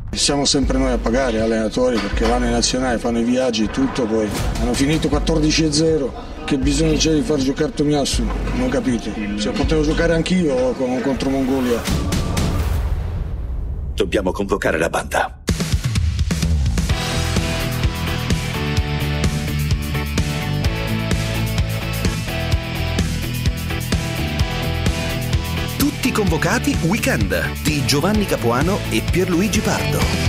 Siamo sempre noi a pagare allenatori perché vanno in nazionale, fanno i viaggi e tutto, poi hanno finito 14-0, che bisogno c'è di far giocare Tomiyasu? Non ho capito, se potevo giocare anch'io contro Mongolia. Dobbiamo convocare la banda. Tutti convocati Weekend di Giovanni Capuano e Pierluigi Pardo.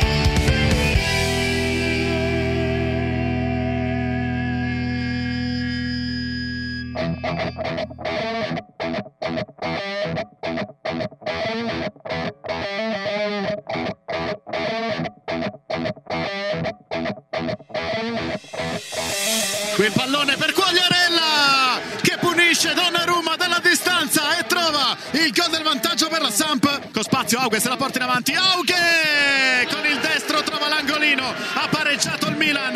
Quel pallone per Quagliarella che punisce Donnarumma dalla distanza e trova il gol del vantaggio per la Samp. Con spazio Auge se la porta in avanti. Auge con il destro trova l'angolino. Ha pareggiato il Milan.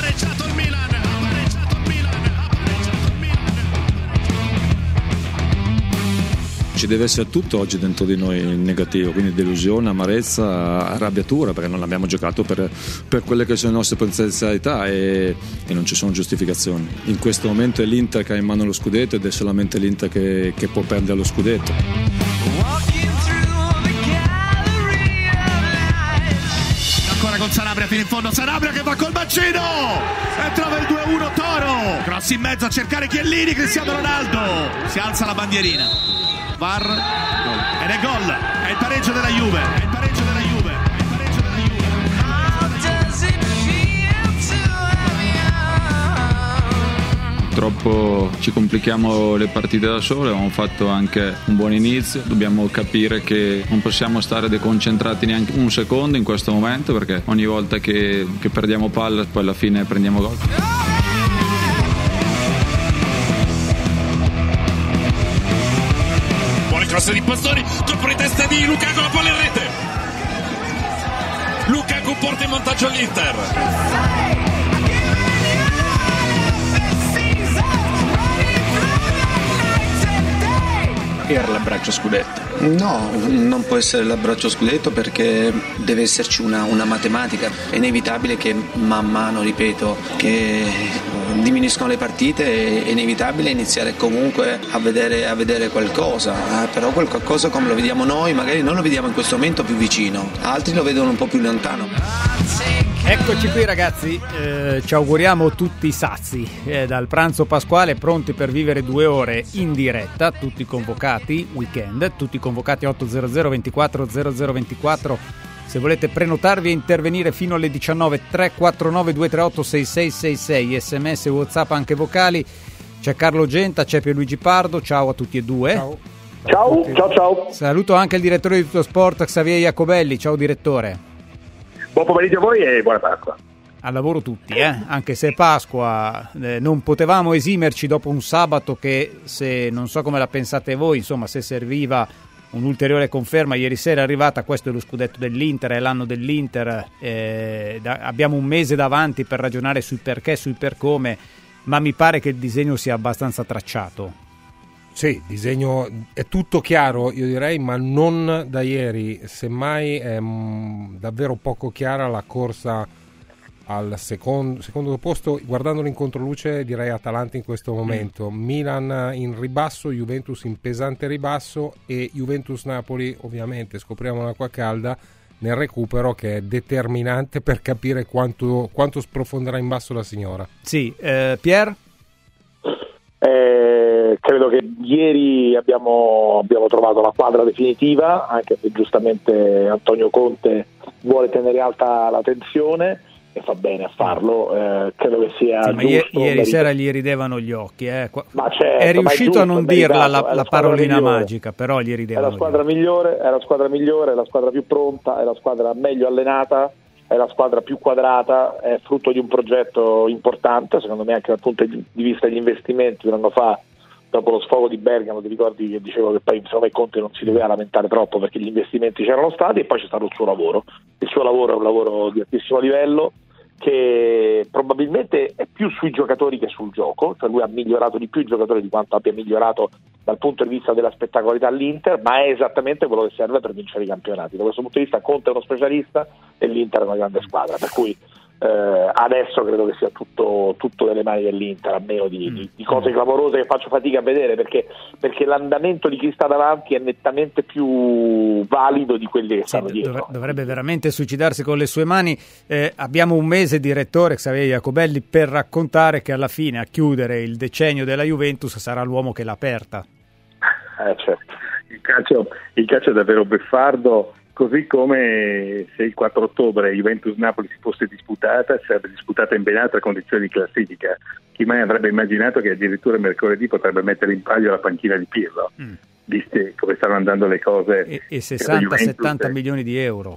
Ci deve essere tutto oggi dentro di noi in negativo, quindi delusione, amarezza, arrabbiatura, perché non abbiamo giocato per quelle che sono le nostre potenzialità e non ci sono giustificazioni. In questo momento è l'Inter che ha in mano lo scudetto ed è solamente l'Inter che può perdere lo scudetto. Ancora con Sanabria fino in fondo, Sanabria che va col bacino e trova il 2-1 Toro. Cross in mezzo a cercare Chiellini, Cristiano Ronaldo, si alza la bandierina. VAR ed è gol, è il pareggio della Juve, Purtroppo ci complichiamo le partite da sole, abbiamo fatto anche un buon inizio, dobbiamo capire che non possiamo stare deconcentrati neanche un secondo in questo momento, perché ogni volta che perdiamo palla poi alla fine prendiamo gol. Cross di Pastoni, colpo di testa di Lukaku, la palla in rete. Lukaku porta in vantaggio all'Inter. Per l'abbraccio scudetto? No, non può essere l'abbraccio scudetto perché deve esserci una matematica. È inevitabile che man mano, ripeto, che diminuiscono le partite, è inevitabile iniziare comunque a vedere qualcosa, però qualcosa come lo vediamo noi, magari non lo vediamo in questo momento più vicino, altri lo vedono un po' più lontano. Eccoci qui ragazzi, ci auguriamo tutti sazi dal pranzo pasquale, pronti per vivere 2 ore in diretta, tutti convocati, Weekend, tutti convocati 800 24 0024. Se volete prenotarvi e intervenire fino alle 19, 349 238 6666, sms, whatsapp anche vocali. C'è Carlo Genta, c'è Pierluigi Pardo, ciao a tutti e due. Ciao. Saluto anche il direttore di Tutto Sport, Xavier Iacobelli, ciao direttore. Buon pomeriggio a voi e buona Pasqua. Al lavoro tutti, anche se è Pasqua, non potevamo esimerci dopo un sabato che, se non so come la pensate voi, insomma, se serviva un'ulteriore conferma, ieri sera è arrivata, questo è lo scudetto dell'Inter, è l'anno dell'Inter, abbiamo un mese davanti per ragionare sui perché, sui per come, ma mi pare che il disegno sia abbastanza tracciato. Sì, il disegno è tutto chiaro, io direi, ma non da ieri, semmai è davvero poco chiara la corsa al secondo posto. Guardandolo in controluce direi Atalanta in questo momento, Milan in ribasso, Juventus in pesante ribasso e Juventus-Napoli ovviamente, scopriamo l'acqua calda nel recupero, che è determinante per capire quanto sprofonderà in basso la signora. Sì, Pier? Credo che ieri abbiamo trovato la quadra definitiva, anche se giustamente Antonio Conte vuole tenere alta la tensione e fa bene a farlo. Credo che sia giusto. Ieri sera gli ridevano gli occhi, Ma certo, è riuscito a non dirla la parolina migliore. Magica, però gli ridevano. È la squadra migliore, è la squadra più pronta, è la squadra meglio allenata, è la squadra più quadrata, è frutto di un progetto importante, secondo me anche dal punto di vista degli investimenti. Un anno fa, dopo lo sfogo di Bergamo, ti ricordi che dicevo che poi secondo me Conte non si doveva lamentare troppo perché gli investimenti c'erano stati, e poi c'è stato il suo lavoro. Il suo lavoro è un lavoro di altissimo livello che probabilmente è più sui giocatori che sul gioco, cioè lui ha migliorato di più il giocatore di quanto abbia migliorato dal punto di vista della spettacolarità all'Inter, ma è esattamente quello che serve per vincere i campionati. Da questo punto di vista Conte è uno specialista e l'Inter è una grande squadra, per cui adesso credo che sia tutto nelle mani dell'Inter, a meno di cose clamorose che faccio fatica a vedere, perché l'andamento di chi sta davanti è nettamente più valido di quelli che stanno dietro. Dovrebbe veramente suicidarsi con le sue mani. Abbiamo un mese, direttore Xavier Jacobelli, per raccontare che alla fine a chiudere il decennio della Juventus sarà l'uomo che l'ha aperta. Certo. Il calcio è davvero beffardo. Così come se il 4 ottobre Juventus-Napoli si fosse disputata, sarebbe disputata in ben altre condizioni di classifica. Chi mai avrebbe immaginato che addirittura mercoledì potrebbe mettere in palio la panchina di Pirlo, viste come stanno andando le cose. E 60-70 milioni di euro.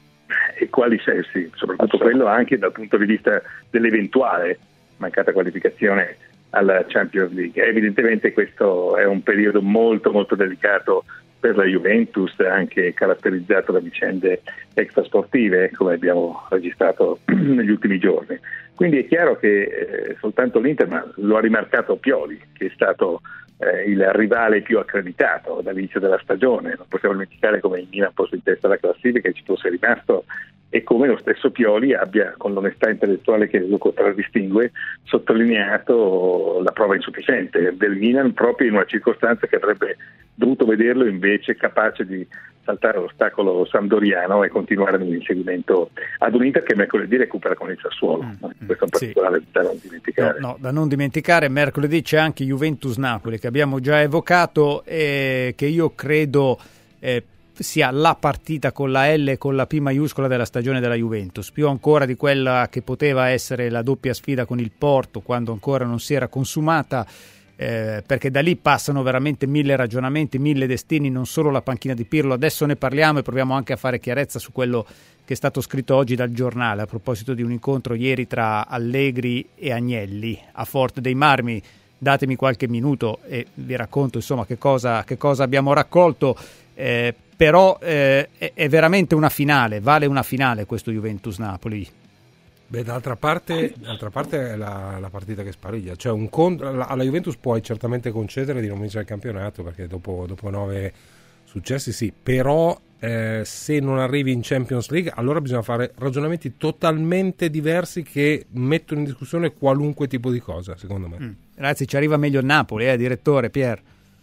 E quali sì, soprattutto quello anche dal punto di vista dell'eventuale mancata qualificazione alla Champions League. Evidentemente questo è un periodo molto molto delicato per la Juventus, anche caratterizzato da vicende extrasportive, come abbiamo registrato negli ultimi giorni. Quindi è chiaro che soltanto l'Inter, ma lo ha rimarcato Pioli, che è stato il rivale più accreditato dall'inizio della stagione. Non possiamo dimenticare come il Milan posto in testa alla classifica e ci fosse rimasto, e come lo stesso Pioli abbia, con l'onestà intellettuale che lo contraddistingue, sottolineato la prova insufficiente del Milan proprio in una circostanza che avrebbe dovuto vederlo invece capace di saltare l'ostacolo sampdoriano e continuare nell'inseguimento ad un Inter che mercoledì recupera con il Sassuolo. Questo è un particolare da non dimenticare. No, da non dimenticare, mercoledì c'è anche Juventus-Napoli che abbiamo già evocato e che io credo sia la partita con la L e con la P maiuscola della stagione della Juventus, più ancora di quella che poteva essere la doppia sfida con il Porto quando ancora non si era consumata, perché da lì passano veramente 1000 ragionamenti, 1000 destini, non solo la panchina di Pirlo. Adesso ne parliamo e proviamo anche a fare chiarezza su quello che è stato scritto oggi dal giornale a proposito di un incontro ieri tra Allegri e Agnelli a Forte dei Marmi. Datemi qualche minuto e vi racconto insomma che cosa abbiamo raccolto. Però è veramente una finale, vale una finale questo Juventus-Napoli. Beh, d'altra parte è la partita che spariglia, cioè alla Juventus puoi certamente concedere di non vincere il campionato perché dopo 9 successi sì, però se non arrivi in Champions League allora bisogna fare ragionamenti totalmente diversi che mettono in discussione qualunque tipo di cosa, secondo me. Ragazzi, ci arriva meglio il Napoli, direttore Pier.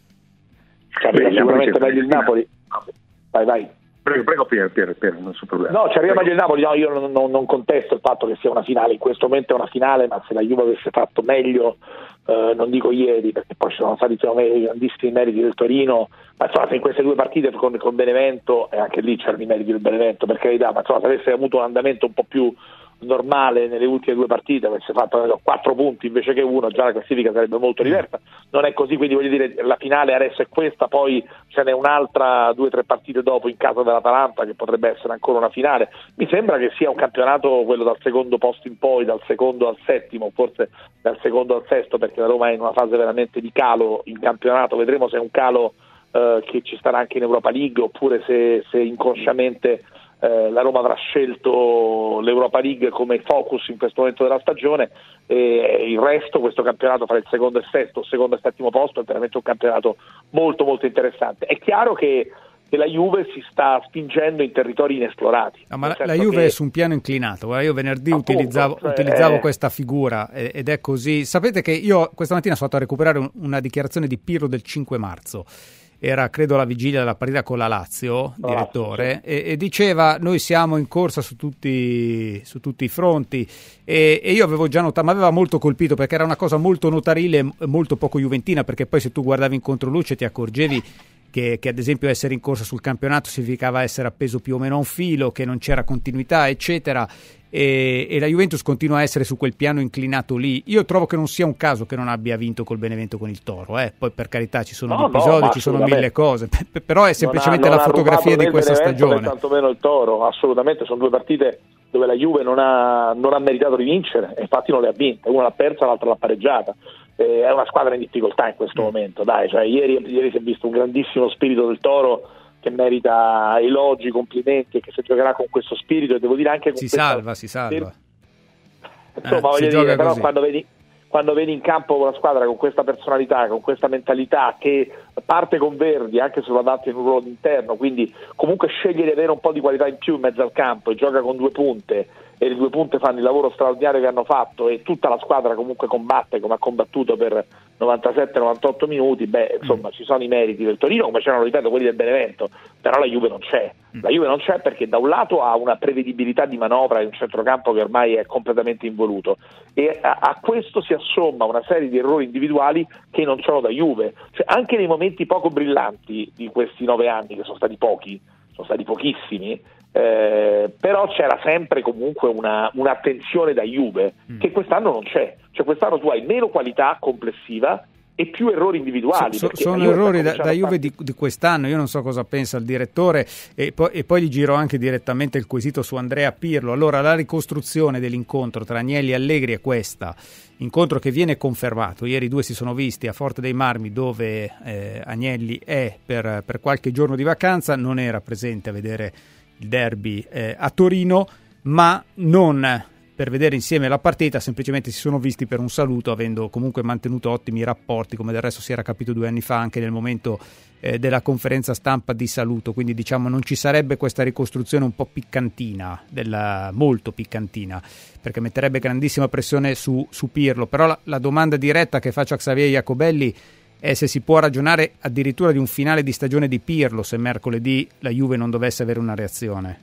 Ci arriva sicuramente meglio il Napoli. Vai. Prego Pier, non so problema. No, ci arriva meglio il Napoli, no, io non contesto il fatto che sia una finale, in questo momento è una finale, ma se la Juve avesse fatto meglio, non dico ieri, perché poi ci sono stati i grandissimi meriti del Torino, ma insomma se in queste due partite con Benevento, e anche lì c'erano i meriti del Benevento, per carità, ma insomma se avesse avuto un andamento un po' più normale nelle ultime due partite, avesse fatto 4 punti invece che 1, già la classifica sarebbe molto diversa. Non è così, quindi voglio dire, la finale adesso è questa, poi ce n'è un'altra 2 o 3 partite dopo in casa dell'Atalanta che potrebbe essere ancora una finale. Mi sembra che sia un campionato quello dal secondo posto in poi, dal secondo al settimo, forse dal secondo al sesto, perché la Roma è in una fase veramente di calo in campionato. Vedremo se è un calo che ci starà anche in Europa League, oppure se inconsciamente la Roma avrà scelto l'Europa League come focus in questo momento della stagione, e il resto, questo campionato fra il secondo e settimo posto, è veramente un campionato molto molto interessante. È chiaro che la Juve si sta spingendo in territori inesplorati. No, ma la Juve è su un piano inclinato. Io venerdì utilizzavo questa figura ed è così. Sapete che io questa mattina sono andato a recuperare una dichiarazione di Pirlo del 5 marzo. Era credo la vigilia della partita con la Lazio, direttore, e diceva: noi siamo in corsa su tutti i fronti, e io avevo già notato, ma aveva molto colpito perché era una cosa molto notarile e molto poco juventina, perché poi se tu guardavi in controluce ti accorgevi che ad esempio essere in corsa sul campionato significava essere appeso più o meno a un filo, che non c'era continuità eccetera, e la Juventus continua a essere su quel piano inclinato lì. Io trovo che non sia un caso che non abbia vinto col Benevento con il Toro, poi per carità ci sono gli episodi, ci sono 1000 cose, però è semplicemente la fotografia di questa stagione. Tanto meno il Toro, assolutamente, sono 2 partite dove la Juve non ha meritato di vincere, e infatti non le ha vinte, una l'ha persa, l'altra l'ha pareggiata. È una squadra in difficoltà in questo momento, cioè ieri si è visto un grandissimo spirito del Toro che merita elogi, complimenti, e che se giocherà con questo spirito, e devo dire anche con si salva. Insomma, voglio dire, però quando vedi in campo una squadra con questa personalità, con questa mentalità, che parte con Verdi anche se lo adatta in un ruolo d'interno, quindi comunque sceglie di avere un po' di qualità in più in mezzo al campo e gioca con 2 punte, e le 2 punte fanno il lavoro straordinario che hanno fatto, e tutta la squadra comunque combatte come ha combattuto per 97-98 minuti, insomma ci sono i meriti del Torino, come c'erano, ripeto, quelli del Benevento, però la Juve non c'è. La Juve non c'è perché da un lato ha una prevedibilità di manovra in un centrocampo che ormai è completamente involuto, e a questo si assomma una serie di errori individuali che non sono da Juve. Cioè, anche nei momenti poco brillanti di questi 9 anni, che sono stati pochi, sono stati pochissimi, però c'era sempre comunque un'attenzione da Juve che quest'anno non c'è. Cioè quest'anno tu hai meno qualità complessiva e più errori individuali. Sono errori da Juve di quest'anno. Io non so cosa pensa il direttore, e poi gli giro anche direttamente il quesito su Andrea Pirlo. Allora, la ricostruzione dell'incontro tra Agnelli e Allegri è questa, incontro che viene confermato. Ieri i due si sono visti a Forte dei Marmi, dove Agnelli è per qualche giorno di vacanza, non era presente a vedere il derby a Torino, ma non per vedere insieme la partita, semplicemente si sono visti per un saluto, avendo comunque mantenuto ottimi rapporti, come del resto si era capito 2 anni fa anche nel momento della conferenza stampa di saluto. Quindi diciamo non ci sarebbe questa ricostruzione un po' piccantina, molto piccantina, perché metterebbe grandissima pressione su Pirlo. Però la domanda diretta che faccio a Xavier Jacobelli è se si può ragionare addirittura di un finale di stagione di Pirlo se mercoledì la Juve non dovesse avere una reazione.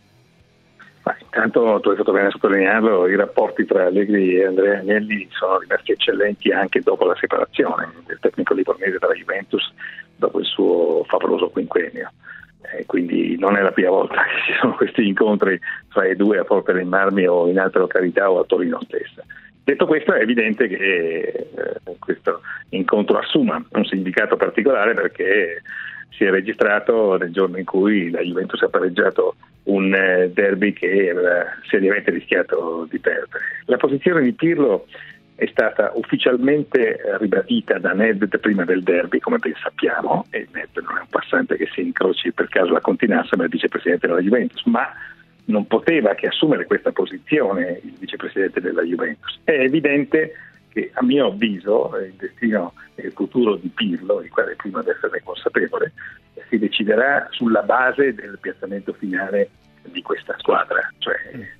Ma intanto tu hai fatto bene a sottolinearlo, i rapporti tra Allegri e Andrea Agnelli sono rimasti eccellenti anche dopo la separazione del tecnico livornese dalla Juventus dopo il suo favoloso quinquennio. Quindi non è la prima volta che ci sono questi incontri tra i due a Forte dei Marmi o in altre località o a Torino stessa. Detto questo, è evidente che questo incontro assuma un significato particolare, perché si è registrato nel giorno in cui la Juventus ha pareggiato un derby che aveva seriamente rischiato di perdere. La posizione di Pirlo è stata ufficialmente ribadita da Nedved prima del derby, come ben sappiamo, e Nedved non è un passante che si incroci per caso la continassa, ma è il vicepresidente della Juventus, ma non poteva che assumere questa posizione il vicepresidente della Juventus. È evidente che, a mio avviso, il destino e il futuro di Pirlo, di quale prima di esserne consapevole, si deciderà sulla base del piazzamento finale di questa squadra. Cioè,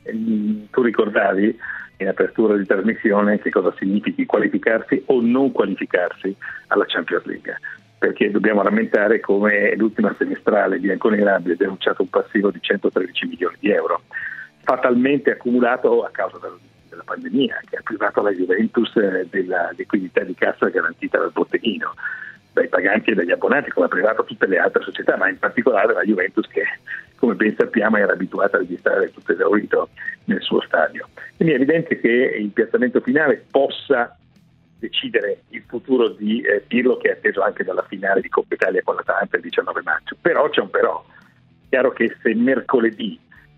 tu ricordavi in apertura di trasmissione che cosa significhi qualificarsi o non qualificarsi alla Champions League, perché dobbiamo rammentare come l'ultima semestrale bianconera abbia denunciato un passivo di 113 milioni di euro, fatalmente accumulato a causa della pandemia, che ha privato la Juventus della liquidità di cassa garantita dal botteghino, dai paganti e dagli abbonati, come ha privato tutte le altre società, ma in particolare la Juventus, che come ben sappiamo era abituata a registrare tutto esaurito nel suo stadio. Quindi è evidente che il piazzamento finale possa decidere il futuro di Pirlo, che è atteso anche dalla finale di Coppa Italia con l'Atalanta il 19 maggio. Però c'è un però. Chiaro che se mercoledì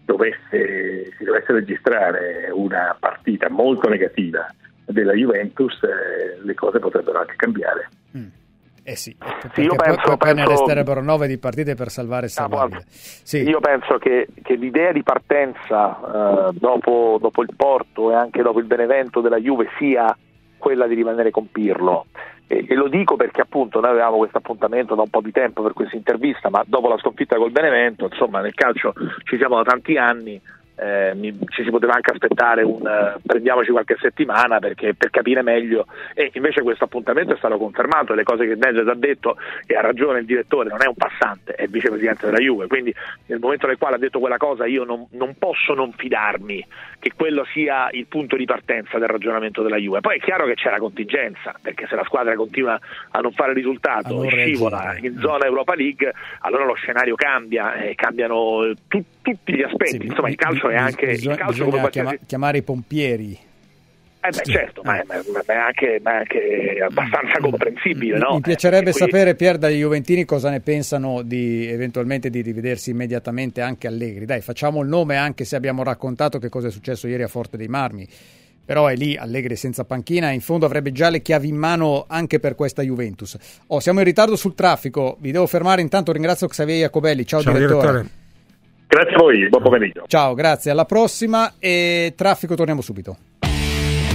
si dovesse registrare una partita molto negativa della Juventus, le cose potrebbero anche cambiare. Sì, poi ne resterebbero 9 di partite per salvare il salvabile. Sì. Io penso che l'idea di partenza dopo il Porto e anche dopo il Benevento della Juve sia quella di rimanere con Pirlo, e lo dico perché appunto noi avevamo questo appuntamento da un po' di tempo per questa intervista, ma dopo la sconfitta col Benevento, insomma, nel calcio ci siamo da tanti anni, ci si poteva anche aspettare prendiamoci qualche settimana per capire meglio, e invece questo appuntamento è stato confermato, e le cose che Nedved ha detto, e ha ragione il direttore, non è un passante, è il vicepresidente della Juve, quindi nel momento nel quale ha detto quella cosa io non posso non fidarmi che quello sia il punto di partenza del ragionamento della Juve. Poi è chiaro che c'è la contingenza, perché se la squadra continua a non fare risultato e scivola in zona Europa League, allora lo scenario cambia, cambiano tutti gli aspetti. Sì, insomma, il calcio è anche il calcio come chiamare i pompieri. Certo, ma è anche abbastanza comprensibile, no? Mi piacerebbe sapere, Pier, dagli juventini cosa ne pensano eventualmente di rivedersi immediatamente anche Allegri. Dai, facciamo il nome, anche se abbiamo raccontato che cosa è successo ieri a Forte dei Marmi. Però è lì Allegri senza panchina, in fondo avrebbe già le chiavi in mano anche per questa Juventus. Siamo in ritardo sul traffico, vi devo fermare, intanto ringrazio Xavier Jacobelli. Ciao direttore. Grazie a voi, buon pomeriggio. Ciao, grazie, alla prossima, e traffico torniamo subito.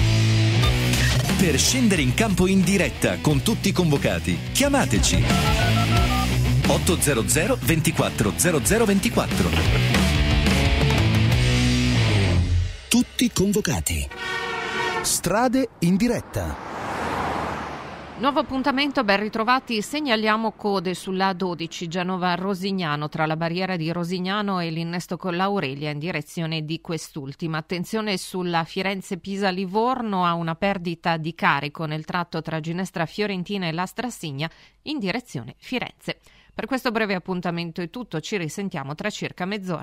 per scendere in campo in diretta con tutti i convocati. Chiamateci 800 24 0024. Tutti convocati. Strade in diretta. Nuovo appuntamento, ben ritrovati. Segnaliamo code sulla A12 Genova-Rosignano tra la barriera di Rosignano e l'innesto con l'Aurelia in direzione di quest'ultima. Attenzione sulla Firenze-Pisa-Livorno, a una perdita di carico nel tratto tra Ginestra Fiorentina e la Strassigna in direzione Firenze. Per questo breve appuntamento è tutto, ci risentiamo tra circa mezz'ora.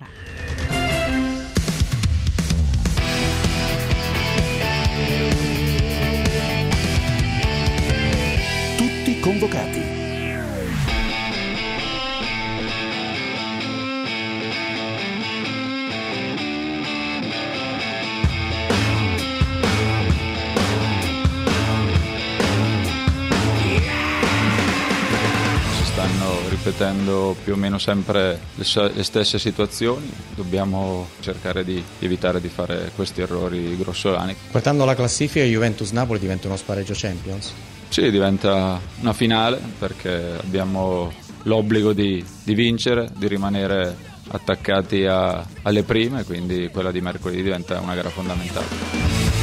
Convocati. Stanno ripetendo più o meno sempre le stesse situazioni, dobbiamo cercare di evitare di fare questi errori grossolani. Guardando la classifica, Juventus-Napoli diventa uno spareggio Champions? Sì, diventa una finale perché abbiamo l'obbligo di vincere, di rimanere attaccati alle prime, quindi quella di mercoledì diventa una gara fondamentale.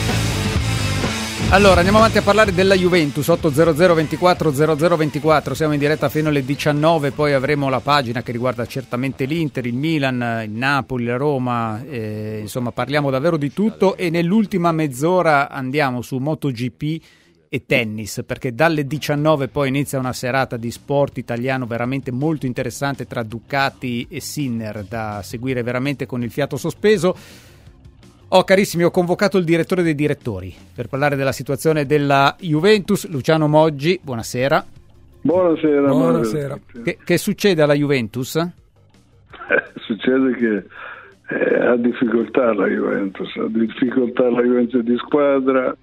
Allora, andiamo avanti a parlare della Juventus, 800 24 0024, siamo in diretta fino alle 19, poi avremo la pagina che riguarda certamente l'Inter, il Milan, il Napoli, la Roma, insomma parliamo davvero di tutto e nell'ultima mezz'ora andiamo su MotoGP e tennis, perché dalle 19 poi inizia una serata di sport italiano veramente molto interessante tra Ducati e Sinner, da seguire veramente con il fiato sospeso. Carissimi, ho convocato il direttore dei direttori per parlare della situazione della Juventus, Luciano Moggi, buonasera. Buonasera. Che succede alla Juventus? Succede che ha difficoltà la Juventus di squadra,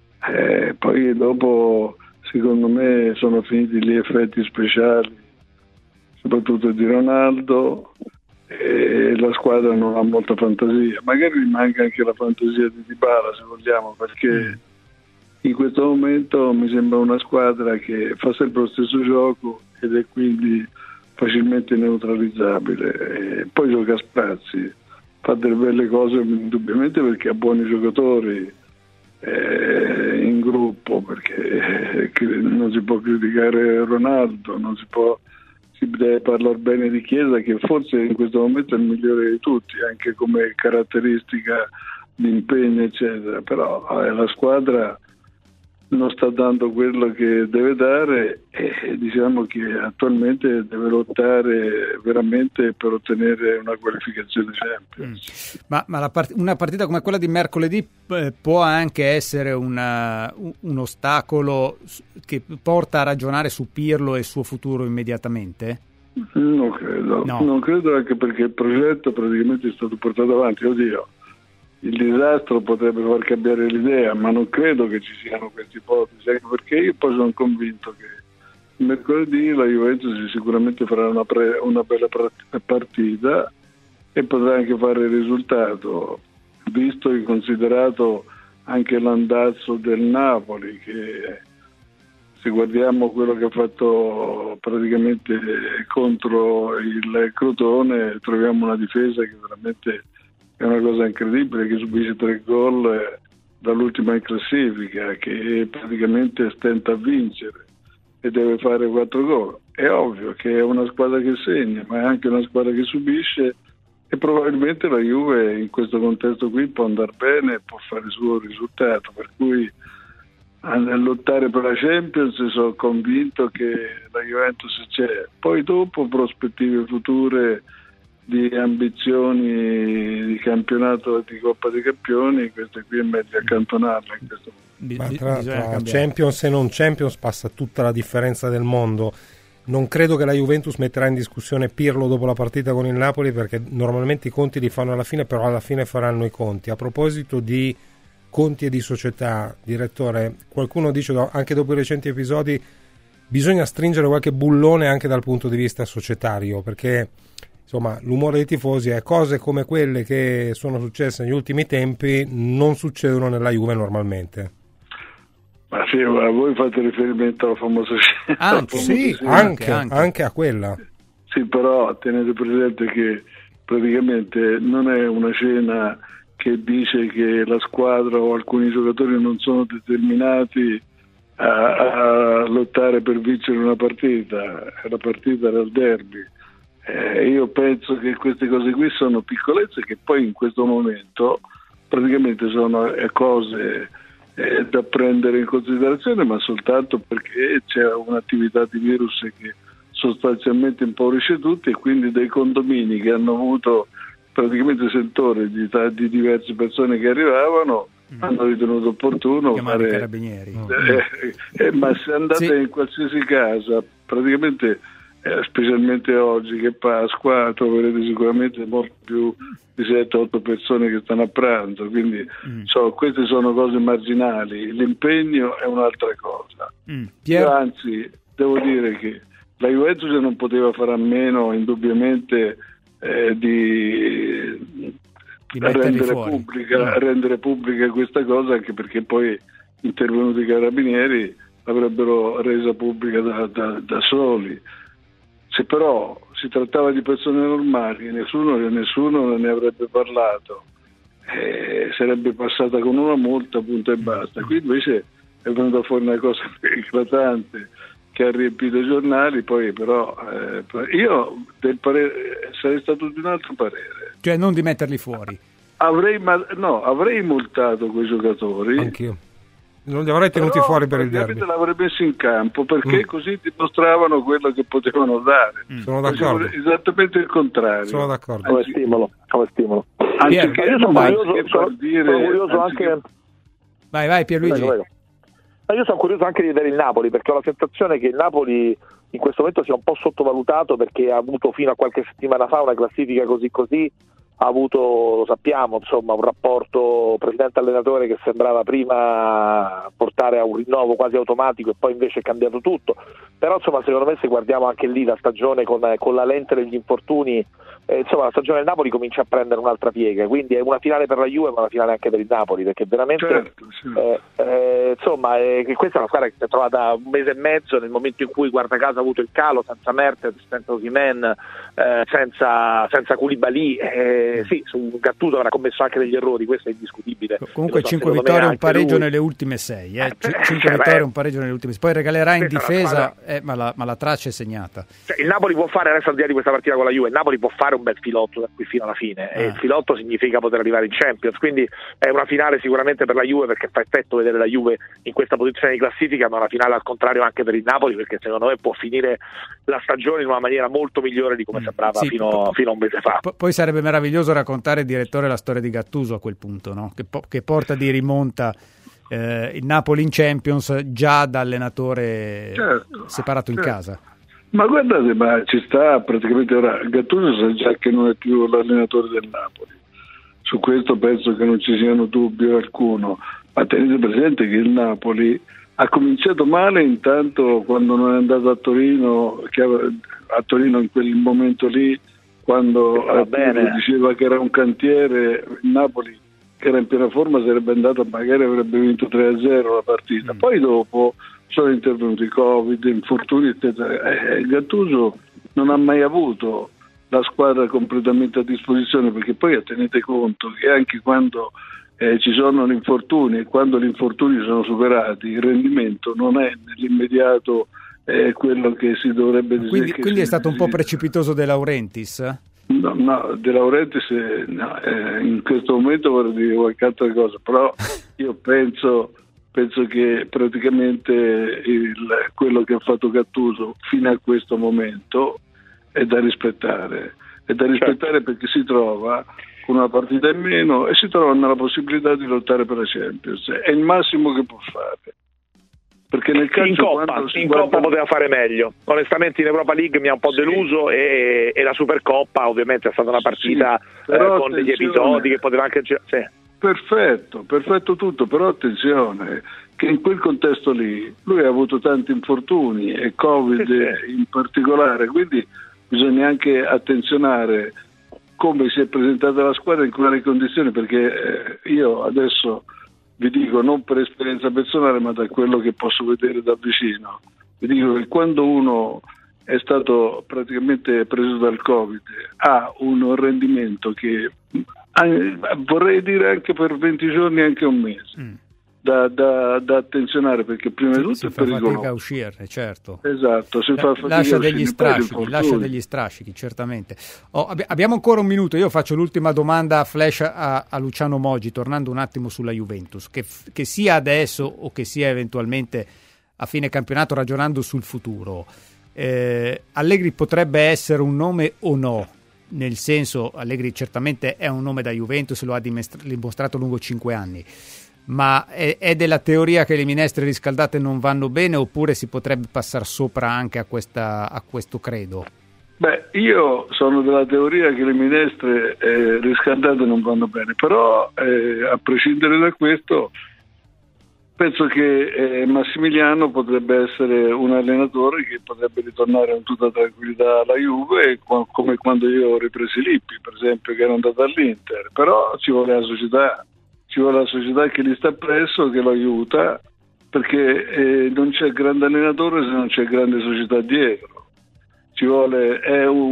poi dopo secondo me sono finiti gli effetti speciali, soprattutto di Ronaldo, e la squadra non ha molta fantasia, magari manca anche la fantasia di Dybala se vogliamo, perché in questo momento mi sembra una squadra che fa sempre lo stesso gioco ed è quindi facilmente neutralizzabile, e poi gioca a sprazzi, fa delle belle cose indubbiamente perché ha buoni giocatori in gruppo, perché non si può criticare Ronaldo, si deve parlare bene di Chiesa, che forse in questo momento è il migliore di tutti, anche come caratteristica di impegno eccetera, però la squadra non sta dando quello che deve dare e diciamo che attualmente deve lottare veramente per ottenere una qualificazione Champions. Ma una partita come quella di mercoledì può anche essere un ostacolo che porta a ragionare su Pirlo e il suo futuro immediatamente? Non credo, anche perché il progetto praticamente è stato portato avanti. Oddio, il disastro potrebbe far cambiare l'idea, ma non credo che ci siano queste ipotesi, anche perché io poi sono convinto che mercoledì la Juventus sicuramente farà una bella partita e potrà anche fare il risultato, visto e considerato anche l'andazzo del Napoli, che se guardiamo quello che ha fatto praticamente contro il Crotone, troviamo una difesa che veramente è una cosa incredibile, che subisce 3 gol dall'ultima in classifica, che praticamente stenta a vincere e deve fare 4 gol. È ovvio che è una squadra che segna, ma è anche una squadra che subisce, e probabilmente la Juve in questo contesto qui può andare bene, può fare il suo risultato, per cui a lottare per la Champions sono convinto che la Juventus c'è. Poi dopo prospettive future di ambizioni di campionato, di Coppa dei Campioni, queste qui è meglio accantonarle in questo momento. Ma tra Champions e non Champions passa tutta la differenza del mondo. Non credo che la Juventus metterà in discussione Pirlo dopo la partita con il Napoli, perché normalmente i conti li fanno alla fine, però alla fine faranno i conti. A proposito di conti e di società, direttore, qualcuno dice anche dopo i recenti episodi bisogna stringere qualche bullone anche dal punto di vista societario, perché insomma l'umore dei tifosi è cose come quelle che sono successe negli ultimi tempi non succedono nella Juve normalmente. Ma sì, ma voi fate riferimento alla famosa scena. Anche a quella. Sì, però tenete presente che praticamente non è una scena che dice che la squadra o alcuni giocatori non sono determinati a lottare per vincere una partita. La partita era il derby. Io penso che queste cose qui sono piccolezze che poi in questo momento praticamente sono cose da prendere in considerazione, ma soltanto perché c'è un'attività di virus che sostanzialmente impaurisce tutti, e quindi dei condomini che hanno avuto praticamente sentore di diverse persone che arrivavano hanno ritenuto opportuno chiamare i carabinieri. Ma se andate in qualsiasi casa, praticamente specialmente oggi che è Pasqua, troverete sicuramente molto più di 7-8 persone che stanno a pranzo, quindi queste sono cose marginali, l'impegno è un'altra cosa. Io anzi devo dire che la Juventus non poteva fare a meno indubbiamente di rendere pubblica questa cosa, anche perché poi intervenuti i carabinieri l'avrebbero resa pubblica da soli. Se però si trattava di persone normali, nessuno ne avrebbe parlato, sarebbe passata con una multa, punto e basta. Qui invece è venuta fuori una cosa eclatante che ha riempito i giornali, poi però io del parere sarei stato di un altro parere. Cioè non di metterli fuori. Avrei multato quei giocatori. Anch'io. Non li avrei tenuti fuori per il derby. L'avrei messo in campo perché così dimostravano quello che potevano dare. Sono d'accordo. Esattamente il contrario. Sono d'accordo. Come stimolo. Anziché io sono curioso anche. Vai Pierluigi. Io sono curioso anche di vedere il Napoli, perché ho la sensazione che il Napoli in questo momento sia un po' sottovalutato, perché ha avuto fino a qualche settimana fa una classifica così, ha avuto, lo sappiamo, insomma, un rapporto presidente-allenatore che sembrava prima portare a un rinnovo quasi automatico e poi invece è cambiato tutto. Però insomma, secondo me, se guardiamo anche lì la stagione con la lente degli infortuni, insomma la stagione del Napoli comincia a prendere un'altra piega, quindi è una finale per la Juve ma una finale anche per il Napoli, perché veramente questa è una squadra che si è trovata un mese e mezzo nel momento in cui, guarda caso, ha avuto il calo, senza Mertens, senza Osimhen, senza Koulibaly. Sì, su Gattuso avrà commesso anche degli errori, questo è indiscutibile. Comunque 5 vittorie e un pareggio nelle ultime 6, 5 vittorie e un pareggio nelle ultime 6, poi regalerà in difesa, ma la traccia è segnata. Cioè, il Napoli può fare, adesso al di là di questa partita con la Juve, il Napoli può fare un bel filotto da qui fino alla fine, e il filotto significa poter arrivare in Champions, quindi è una finale sicuramente per la Juve, perché fa effetto vedere la Juve in questa posizione di classifica, ma una finale al contrario anche per il Napoli, perché secondo me può finire la stagione in una maniera molto migliore di come sembrava fino a un mese fa. Poi sarebbe meraviglioso raccontare, il direttore, la storia di Gattuso a quel punto, no? Che porta di rimonta il Napoli in Champions già da allenatore separato in casa. Ma guardate, ma ci sta praticamente ora. Gattuso sa già che non è più l'allenatore del Napoli, su questo penso che non ci siano dubbi alcuno, ma tenete presente che il Napoli ha cominciato male intanto quando non è andato a Torino, a Torino in quel momento lì, quando diceva che era un cantiere. Il Napoli, che era in piena forma, sarebbe andato, magari avrebbe vinto 3-0 la partita. Poi dopo sono intervenuti Covid, infortuni, eccetera. Gattuso non ha mai avuto la squadra completamente a disposizione, perché poi tenete conto che anche quando ci sono gli infortuni e quando gli infortuni sono superati, il rendimento non è nell'immediato quello che si dovrebbe dire. Quindi è stato un po' precipitoso De Laurentiis? No, De Laurentiis in questo momento vorrei dire qualche altra cosa, però io penso che praticamente quello che ha fatto Gattuso fino a questo momento è da rispettare, perché si trova con una partita in meno e si trova nella possibilità di lottare per la Champions, è il massimo che può fare, perché nel calcio in Coppa poteva fare meglio. Onestamente in Europa League mi ha un po' deluso, e la Supercoppa ovviamente è stata una partita con degli episodi che poteva anche perfetto tutto, però attenzione che in quel contesto lì lui ha avuto tanti infortuni e Covid in particolare, quindi bisogna anche attenzionare come si è presentata la squadra, in quali condizioni, perché io adesso vi dico non per esperienza personale ma da quello che posso vedere da vicino, vi dico che quando uno è stato praticamente preso dal Covid ha un rendimento che vorrei dire anche per 20 giorni, anche un mese, da attenzionare, perché prima di tutto è pericoloso. Si fa fatica a uscirne, certo. Esatto, si fa fatica lascia degli strascichi, certamente. Abbiamo ancora un minuto, io faccio l'ultima domanda flash a Luciano Moggi, tornando un attimo sulla Juventus, che sia adesso o che sia eventualmente a fine campionato, ragionando sul futuro. Allegri potrebbe essere un nome o no? Nel senso, Allegri certamente è un nome da Juventus, lo ha dimostrato lungo 5 anni, ma è della teoria che le minestre riscaldate non vanno bene, oppure si potrebbe passare sopra anche a questo credo? Beh, io sono della teoria che le minestre riscaldate non vanno bene, però a prescindere da questo penso che Massimiliano potrebbe essere un allenatore che potrebbe ritornare in tutta tranquillità alla Juve, come quando io ho ripreso Lippi, per esempio, che era andato all'Inter. Però ci vuole la società che gli sta presso, che lo aiuta, perché non c'è grande allenatore se non c'è grande società dietro. Ci vuole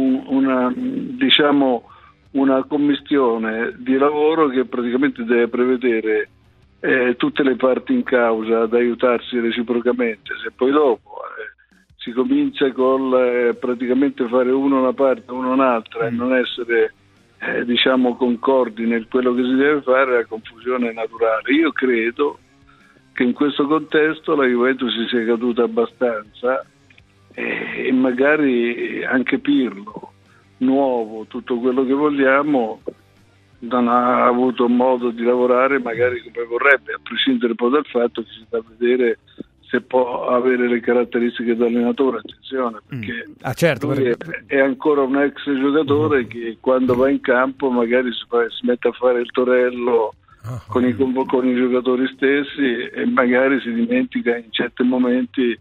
una commistione di lavoro che praticamente deve prevedere tutte le parti in causa ad aiutarsi reciprocamente. Se poi dopo si comincia col praticamente fare uno una parte, uno un'altra e non essere concordi nel quello che si deve fare, la confusione è naturale. Io credo che in questo contesto la Juventus si sia caduta abbastanza e magari anche Pirlo, nuovo, tutto quello che vogliamo, non ha avuto modo di lavorare magari come vorrebbe, a prescindere poi dal fatto che si sta a vedere se può avere le caratteristiche da allenatore. Attenzione, perché certo, è ancora un ex giocatore che quando va in campo magari si mette a fare il torello con i giocatori stessi e magari si dimentica in certi momenti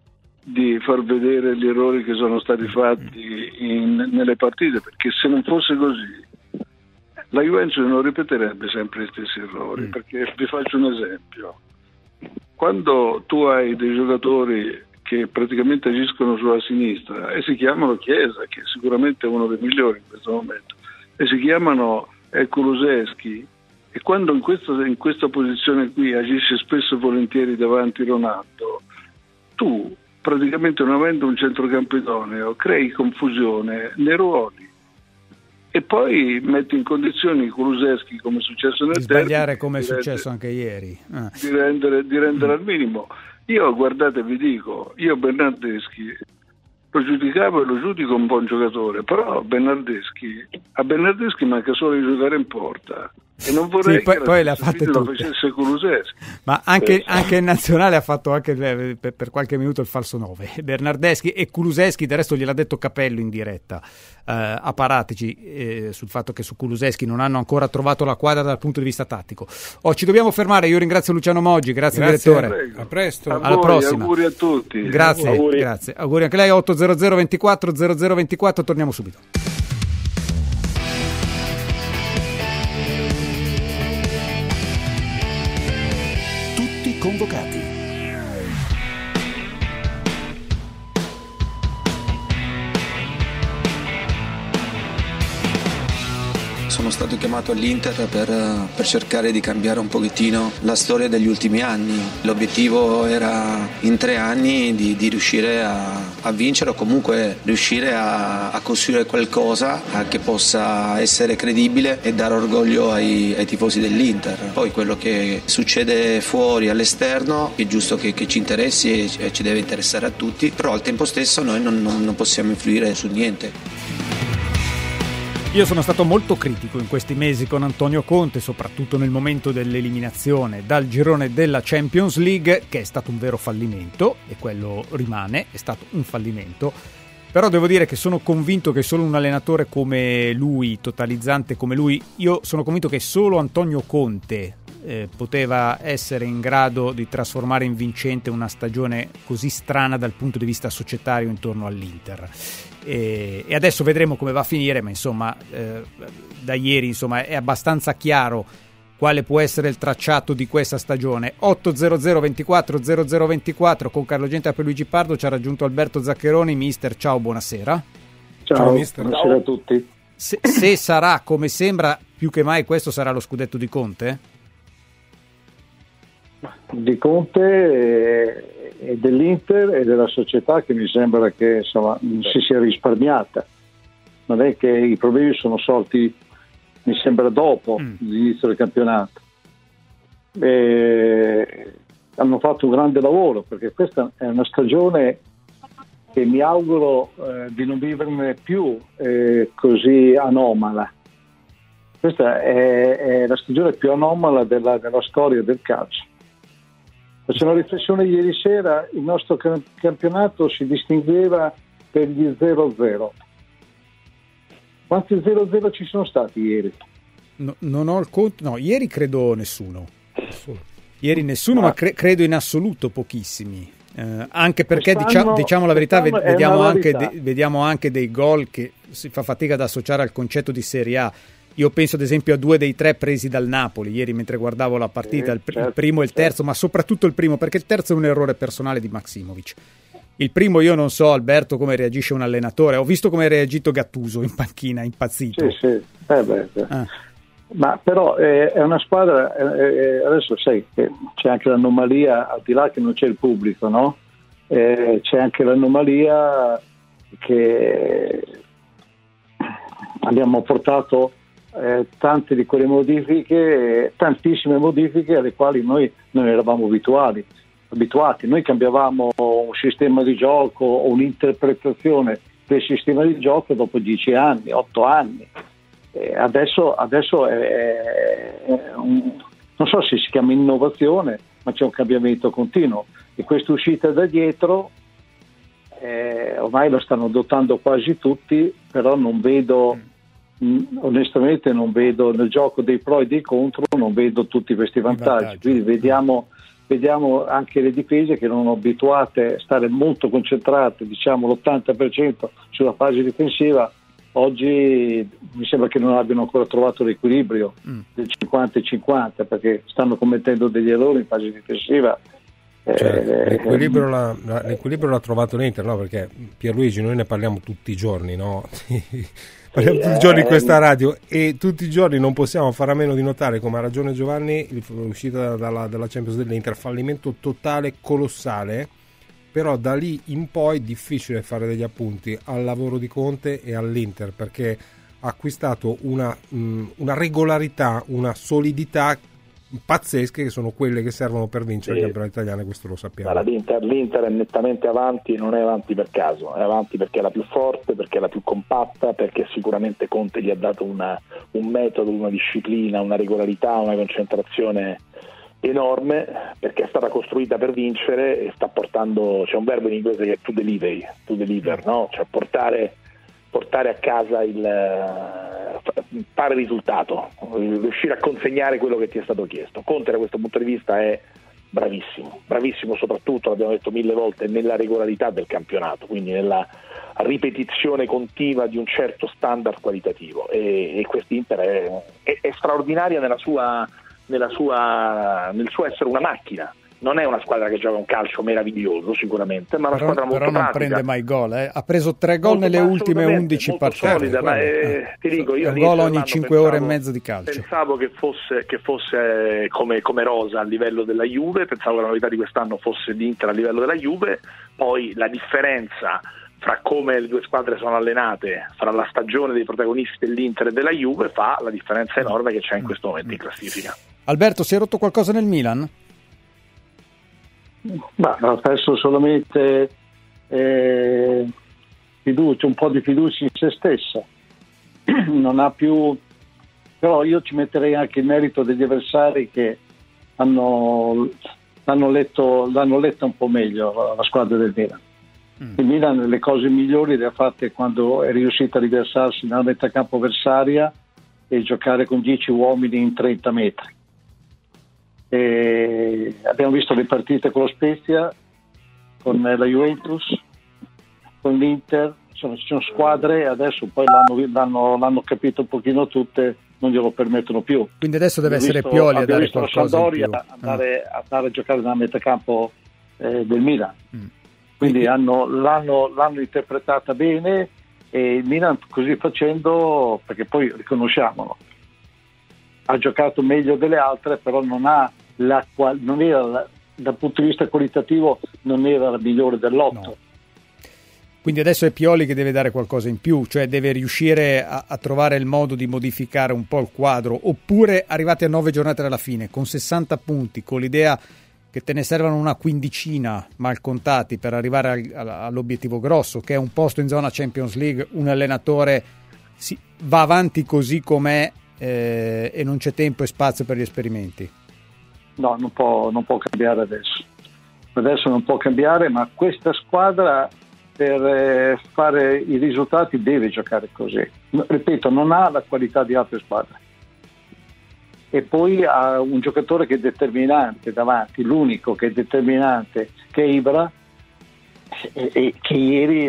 di far vedere gli errori che sono stati fatti nelle partite, perché se non fosse così la Juventus non ripeterebbe sempre gli stessi errori. Perché vi faccio un esempio: quando tu hai dei giocatori che praticamente agiscono sulla sinistra e si chiamano Chiesa, che sicuramente è uno dei migliori in questo momento, e si chiamano Kulusevski, e quando in questa posizione qui agisce spesso e volentieri davanti Ronaldo, tu praticamente, non avendo un centrocampo idoneo, crei confusione nei ruoli e poi metti in condizioni Kulusevski, come è successo nel derby, sbagliare come è successo anche ieri, di rendere al minimo. Io, guardate, vi dico, io Bernardeschi lo giudicavo e lo giudico un buon giocatore, però a Bernardeschi manca solo di giocare in porta. E non vorrei che poi le ha fatte lo facesse Kulusevski. Ma anche in nazionale ha fatto anche per qualche minuto il falso 9 Bernardeschi, e Kulusevski del resto gliel'ha detto Capello in diretta a Paratici sul fatto che su Kulusevski non hanno ancora trovato la quadra dal punto di vista tattico. Ci dobbiamo fermare. Io ringrazio Luciano Moggi, grazie direttore, prego. A presto, alla prossima. Auguri a tutti. Grazie, grazie. Auguri anche lei. 800 24 0024, torniamo subito. Convocati. Sono stato chiamato all'Inter per cercare di cambiare un pochettino la storia degli ultimi anni. L'obiettivo era in 3 anni di riuscire a vincere, o comunque riuscire a costruire qualcosa che possa essere credibile e dare orgoglio ai tifosi dell'Inter. Poi quello che succede fuori, all'esterno, è giusto che ci interessi e ci deve interessare a tutti, però al tempo stesso noi non possiamo influire su niente. Io sono stato molto critico in questi mesi con Antonio Conte, soprattutto nel momento dell'eliminazione dal girone della Champions League, che è stato un vero fallimento, e quello rimane, è stato un fallimento. Però devo dire che sono convinto che solo un allenatore come lui, totalizzante come lui, io sono convinto che solo Antonio Conte poteva essere in grado di trasformare in vincente una stagione così strana dal punto di vista societario intorno all'Inter. E adesso vedremo come va a finire, ma insomma da ieri è abbastanza chiaro quale può essere il tracciato di questa stagione. 800 24 0024 con Carlo Genta e Luigi Pardo ci ha raggiunto Alberto Zaccheroni. Mister, ciao, buonasera. Ciao mister. Buonasera a tutti. Se sarà come sembra, più che mai questo sarà lo scudetto di Conte? Di Conte e dell'Inter e della società, che mi sembra che insomma si sia risparmiata. Non è che i problemi sono sorti, mi sembra, dopo l'inizio del campionato. Hanno fatto un grande lavoro, perché questa è una stagione che mi auguro di non viverne più così anomala. Questa è la stagione più anomala della storia del calcio. Facevo una riflessione ieri sera: il nostro campionato si distingueva per gli 0-0. Quanti 0-0 ci sono stati ieri? Non ho il conto, no, ieri credo nessuno. Ieri nessuno, ma credo in assoluto pochissimi. Anche perché diciamo la verità, vediamo anche dei gol che si fa fatica ad associare al concetto di Serie A. Io penso ad esempio a 2 dei 3 presi dal Napoli ieri mentre guardavo la partita, il primo e il terzo, ma soprattutto il primo, perché il terzo è un errore personale di Maksimovic. Il primo io non so, Alberto, come reagisce un allenatore. Ho visto come ha reagito Gattuso in panchina, impazzito. Sì. Ma però è una squadra, adesso sai che c'è anche l'anomalia, al di là che non c'è il pubblico, no? C'è anche l'anomalia che abbiamo portato tante di quelle modifiche, tantissime modifiche alle quali noi non eravamo abituati. Noi cambiavamo un sistema di gioco o un'interpretazione del sistema di gioco dopo 10 anni, 8 anni. Adesso non so se si chiama innovazione, ma c'è un cambiamento continuo, e questa uscita da dietro ormai lo stanno adottando quasi tutti, però non vedo, onestamente non vedo nel gioco dei pro e dei contro, non vedo tutti questi vantaggi. Quindi vediamo anche le difese che erano abituate a stare molto concentrate, diciamo l'80% sulla fase difensiva. Oggi mi sembra che non abbiano ancora trovato l'equilibrio del 50 e 50, perché stanno commettendo degli errori in fase difensiva. L'equilibrio l'ha trovato l'Inter, no? Perché Pierluigi, noi ne parliamo tutti i giorni, no? Parliamo tutti i giorni in questa radio, e tutti i giorni non possiamo fare a meno di notare, come ha ragione Giovanni, l'uscita dalla Champions dell'Inter, fallimento totale, colossale. Però da lì in poi è difficile fare degli appunti al lavoro di Conte e all'Inter, perché ha acquistato una regolarità, una solidità pazzesche, che sono quelle che servono per vincere il campionato italiano, e questo lo sappiamo. L'Inter è nettamente avanti, non è avanti per caso, è avanti perché è la più forte, perché è la più compatta, perché sicuramente Conte gli ha dato un metodo, una disciplina, una regolarità, una concentrazione enorme, perché è stata costruita per vincere e sta portando, c'è un verbo in inglese che è to deliver, no? Cioè portare a casa fare risultato, riuscire a consegnare quello che ti è stato chiesto. Conte da questo punto di vista è bravissimo soprattutto, l'abbiamo detto 1000 volte, nella regolarità del campionato, quindi nella ripetizione continua di un certo standard qualitativo, e quest'Inter è straordinaria nel suo essere una macchina. Non è una squadra che gioca un calcio meraviglioso sicuramente, ma una squadra molto pratica. Però non prende mai gol, Ha preso 3 gol nelle ultime 11 partite. Solida, ma ti dico, io un gol ogni 5 ore e mezzo di calcio. Pensavo che fosse come rosa a livello della Juve, pensavo che la novità di quest'anno fosse l'Inter a livello della Juve. Poi la differenza fra come le due squadre sono allenate, fra la stagione dei protagonisti dell'Inter e della Juve, fa la differenza enorme che c'è in questo momento in classifica. Alberto, si è rotto qualcosa nel Milan? Ma ha perso solamente fiducia, un po' di fiducia in se stessa. Non ha più, però io ci metterei anche il merito degli avversari, che l'hanno letto un po' meglio la squadra del Milan. Il Milan le cose migliori le ha fatte quando è riuscita a riversarsi nella metà campo avversaria e giocare con 10 uomini in 30 metri. E abbiamo visto le partite con lo Spezia, con la Juventus, con l'Inter, ci sono squadre, adesso poi l'hanno capito un pochino tutte, non glielo permettono più. Quindi adesso deve essere Pioli a dare qualcosa Sampdoria in più. andare a giocare nella metacampo del Milan. Quindi l'hanno interpretata bene, e il Milan così facendo, perché poi riconosciamolo, ha giocato meglio delle altre, però non era dal punto di vista qualitativo non era la migliore dell'otto. No. Quindi adesso è Pioli che deve dare qualcosa in più, cioè deve riuscire a trovare il modo di modificare un po' il quadro, oppure arrivati a 9 giornate dalla fine, con 60 punti, con l'idea che te ne servano una quindicina mal contati per arrivare all'obiettivo grosso, che è un posto in zona Champions League, un allenatore va avanti così com'è e non c'è tempo e spazio per gli esperimenti. No, non può cambiare adesso. Adesso non può cambiare, ma questa squadra per fare i risultati deve giocare così. Ripeto, non ha la qualità di altre squadre. E poi ha un giocatore che è determinante davanti, l'unico che è determinante, che è Ibra, e che ieri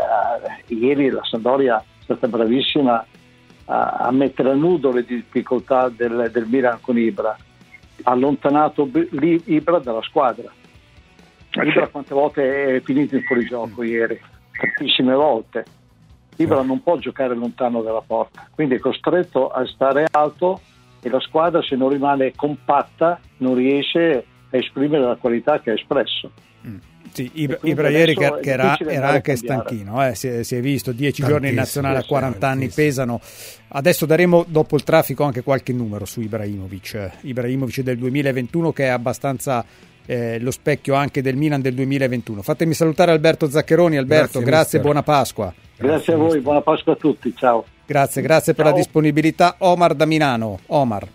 la Sampdoria è stata bravissima a mettere a nudo le difficoltà del Milan con Ibra. Ha allontanato Ibra dalla squadra. Ibra quante volte è finito in fuorigioco ieri? Tantissime volte. Ibra non può giocare lontano dalla porta, quindi è costretto a stare alto, e la squadra, se non rimane compatta, non riesce a esprimere la qualità che ha espresso. Sì, Ibra ieri che era anche stanchino, si è visto 10 giorni in nazionale a 40 anni pesano. Adesso daremo dopo il traffico anche qualche numero su Ibrahimovic del 2021, che è abbastanza lo specchio anche del Milan del 2021. Fatemi salutare Alberto Zaccheroni. Alberto, grazie, buona Pasqua. Grazie a voi, buona Pasqua a tutti, ciao. Grazie per la disponibilità. Omar da Milano. Omar.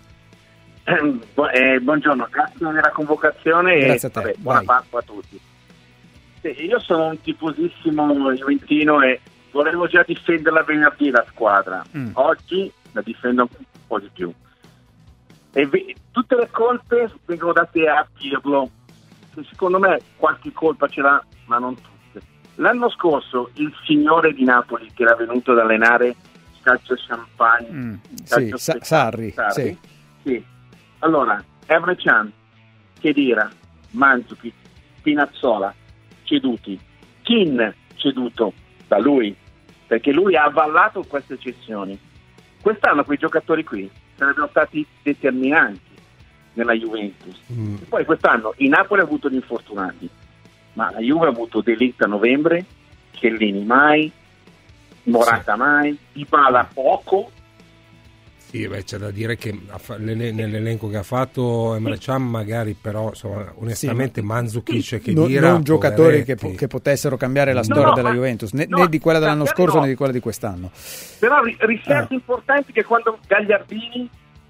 Buongiorno, grazie della convocazione. Grazie a te. Buona Pasqua a tutti. Io sono un tifosissimo juventino e volevo già difenderla venerdì la squadra. Oggi la difendo un po' di più. E tutte le colpe vengono date a Pirlo, che secondo me qualche colpa ce l'ha, ma non tutte. L'anno scorso il signore di Napoli, che era venuto ad allenare calcio champagne, Sarri. Sì. Allora, Emre Can, Khedira, Mandzukic, Spinazzola ceduti, Kin ceduto da lui, perché lui ha avallato queste cessioni. Quest'anno quei giocatori qui sarebbero stati determinanti nella Juventus. E poi quest'anno il Napoli ha avuto gli infortunati, ma la Juve ha avuto De Ligt a novembre, Chiellini mai, Morata mai, Dybala poco. Sì, c'è da dire che nell'elenco che ha fatto Emre Can magari, però insomma, onestamente Mandzukic e Khedira non giocatori che potessero cambiare la storia della Juventus, né di quella dell'anno scorso né di quella di quest'anno. Però riserve importanti, che quando Gagliardini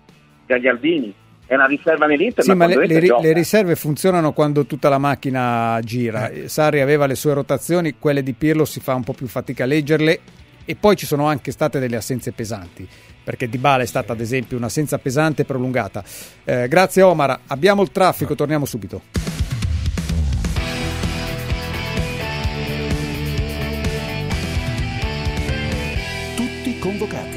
è una riserva nell'Inter. Sì, ma le riserve funzionano quando tutta la macchina gira. Sarri aveva le sue rotazioni, quelle di Pirlo si fa un po' più fatica a leggerle, e poi ci sono anche state delle assenze pesanti, perché Dybala è stata ad esempio un'assenza pesante e prolungata. Grazie Omar, abbiamo il traffico, torniamo subito. Tutti convocati.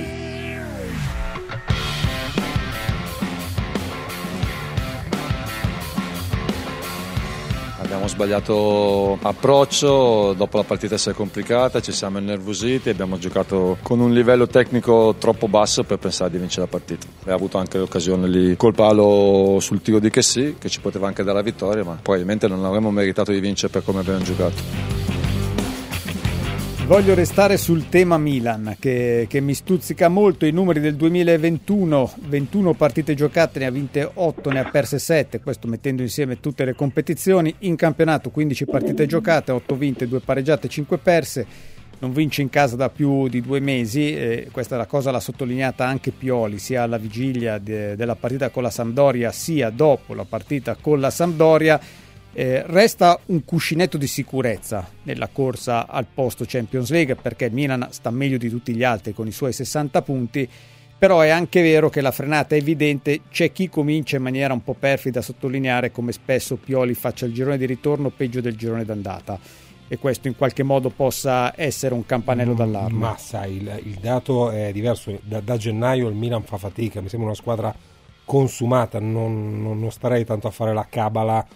Abbiamo sbagliato approccio, dopo la partita si è complicata, ci siamo innervositi, abbiamo giocato con un livello tecnico troppo basso per pensare di vincere la partita. E ha avuto anche l'occasione lì col palo sul tiro di Kessie, che ci poteva anche dare la vittoria, ma probabilmente non avremmo meritato di vincere per come abbiamo giocato. Voglio restare sul tema Milan, che mi stuzzica molto. I numeri del 2021, 21 partite giocate, ne ha vinte 8, ne ha perse 7, questo mettendo insieme tutte le competizioni. In campionato 15 partite giocate, 8 vinte, 2 pareggiate, 5 perse. Non vince in casa da più di 2 mesi, questa è la cosa l'ha sottolineata anche Pioli, sia alla vigilia della partita con la Sampdoria, sia dopo la partita con la Sampdoria. Resta un cuscinetto di sicurezza nella corsa al posto Champions League, perché il Milan sta meglio di tutti gli altri con i suoi 60 punti, però è anche vero che la frenata è evidente. C'è chi comincia in maniera un po' perfida a sottolineare come spesso Pioli faccia il girone di ritorno peggio del girone d'andata. e questo in qualche modo possa essere un campanello d'allarme. Ma sai, il dato è diverso. Da gennaio il Milan fa fatica, mi sembra una squadra consumata, non starei tanto a fare la cabala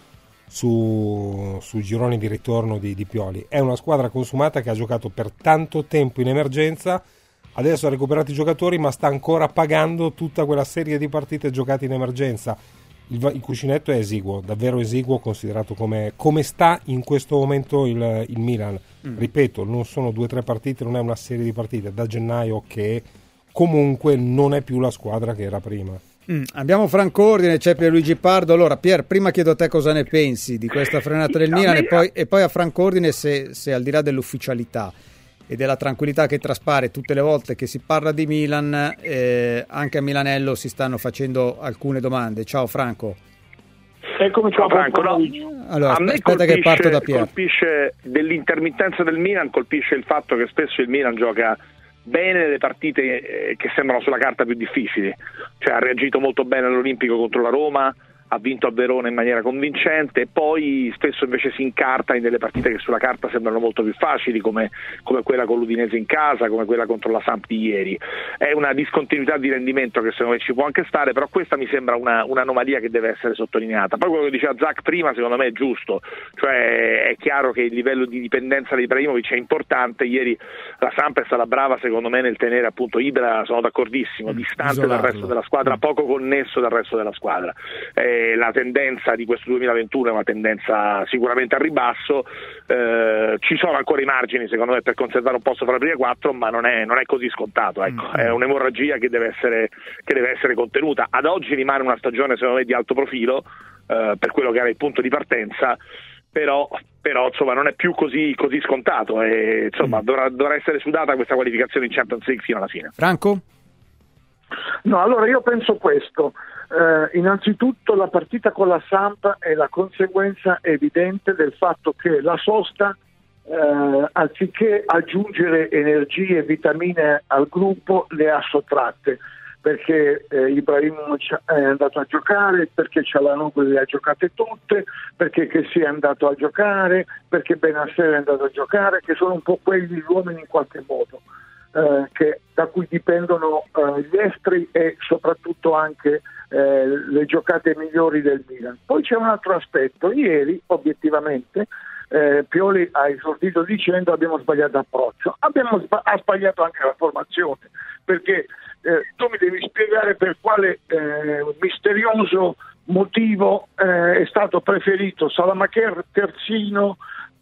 su gironi di ritorno di Pioli. È una squadra consumata che ha giocato per tanto tempo in emergenza, adesso ha recuperato i giocatori, ma sta ancora pagando tutta quella serie di partite giocate in emergenza. Il cuscinetto è esiguo, davvero esiguo, considerato come sta in questo momento il Milan. Ripeto, non sono 2 o 3 partite, non è una serie di partite da gennaio che comunque non è più la squadra che era prima. Abbiamo Franco Ordine, c'è Pierluigi Pardo. Allora Pier, prima chiedo a te cosa ne pensi di questa frenata del Milan e poi a Franco Ordine se al di là dell'ufficialità e della tranquillità che traspare tutte le volte che si parla di Milan, anche a Milanello si stanno facendo alcune domande. Ciao Franco. Eccomi, ciao Franco. No. Allora, aspetta che parto da Pier. Colpisce dell'intermittenza del Milan, colpisce il fatto che spesso il Milan gioca bene le partite che sembrano sulla carta più difficili, cioè ha reagito molto bene all'Olimpico contro la Roma, ha vinto a Verona in maniera convincente, e poi spesso invece si incarta in delle partite che sulla carta sembrano molto più facili, come quella con l'Udinese in casa, come quella contro la Samp di ieri. È una discontinuità di rendimento che secondo me ci può anche stare, però questa mi sembra un'anomalia che deve essere sottolineata. Poi quello che diceva Zach prima secondo me è giusto, cioè è chiaro che il livello di dipendenza di Ibrahimovic è importante. Ieri la Samp è stata brava secondo me nel tenere appunto Ibra, sono d'accordissimo, distante dal resto della squadra, poco connesso dal resto della squadra. La tendenza di questo 2021 è una tendenza sicuramente a ribasso, ci sono ancora i margini secondo me per conservare un posto fra le prime 4, ma non è così scontato, ecco. È un'emorragia che deve essere contenuta. Ad oggi rimane una stagione secondo me di alto profilo, per quello che era il punto di partenza, però insomma non è più così scontato, e insomma dovrà essere sudata questa qualificazione in Champions League fino alla fine. Franco? No, allora io penso questo. Innanzitutto la partita con la Samp è la conseguenza evidente del fatto che la sosta, anziché aggiungere energie e vitamine al gruppo, le ha sottratte, perché Ibrahimovic è andato a giocare, perché Çalhanoğlu le ha giocate tutte, perché Kessie è andato a giocare, perché Bennacer è andato a giocare, che sono un po' quegli uomini in qualche modo da cui dipendono gli esteri e soprattutto anche le giocate migliori del Milan. Poi c'è un altro aspetto. Ieri obiettivamente Pioli ha esordito dicendo abbiamo sbagliato approccio, ha sbagliato anche la formazione, perché tu mi devi spiegare per quale misterioso motivo è stato preferito Salamaker terzino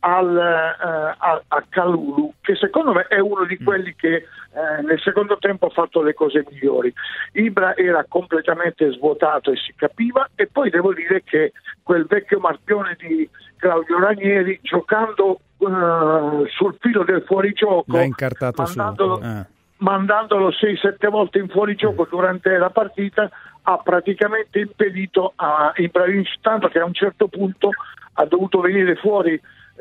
a Kalulu, che secondo me è uno di quelli che nel secondo tempo ha fatto le cose migliori. Ibra era completamente svuotato e si capiva, e poi devo dire che quel vecchio marpione di Claudio Ranieri, giocando sul filo del fuorigioco, l'ha incartato mandandolo 6-7 volte in fuorigioco durante la partita, ha praticamente impedito a Ibrahimovic, tanto che a un certo punto è dovuto venire fuori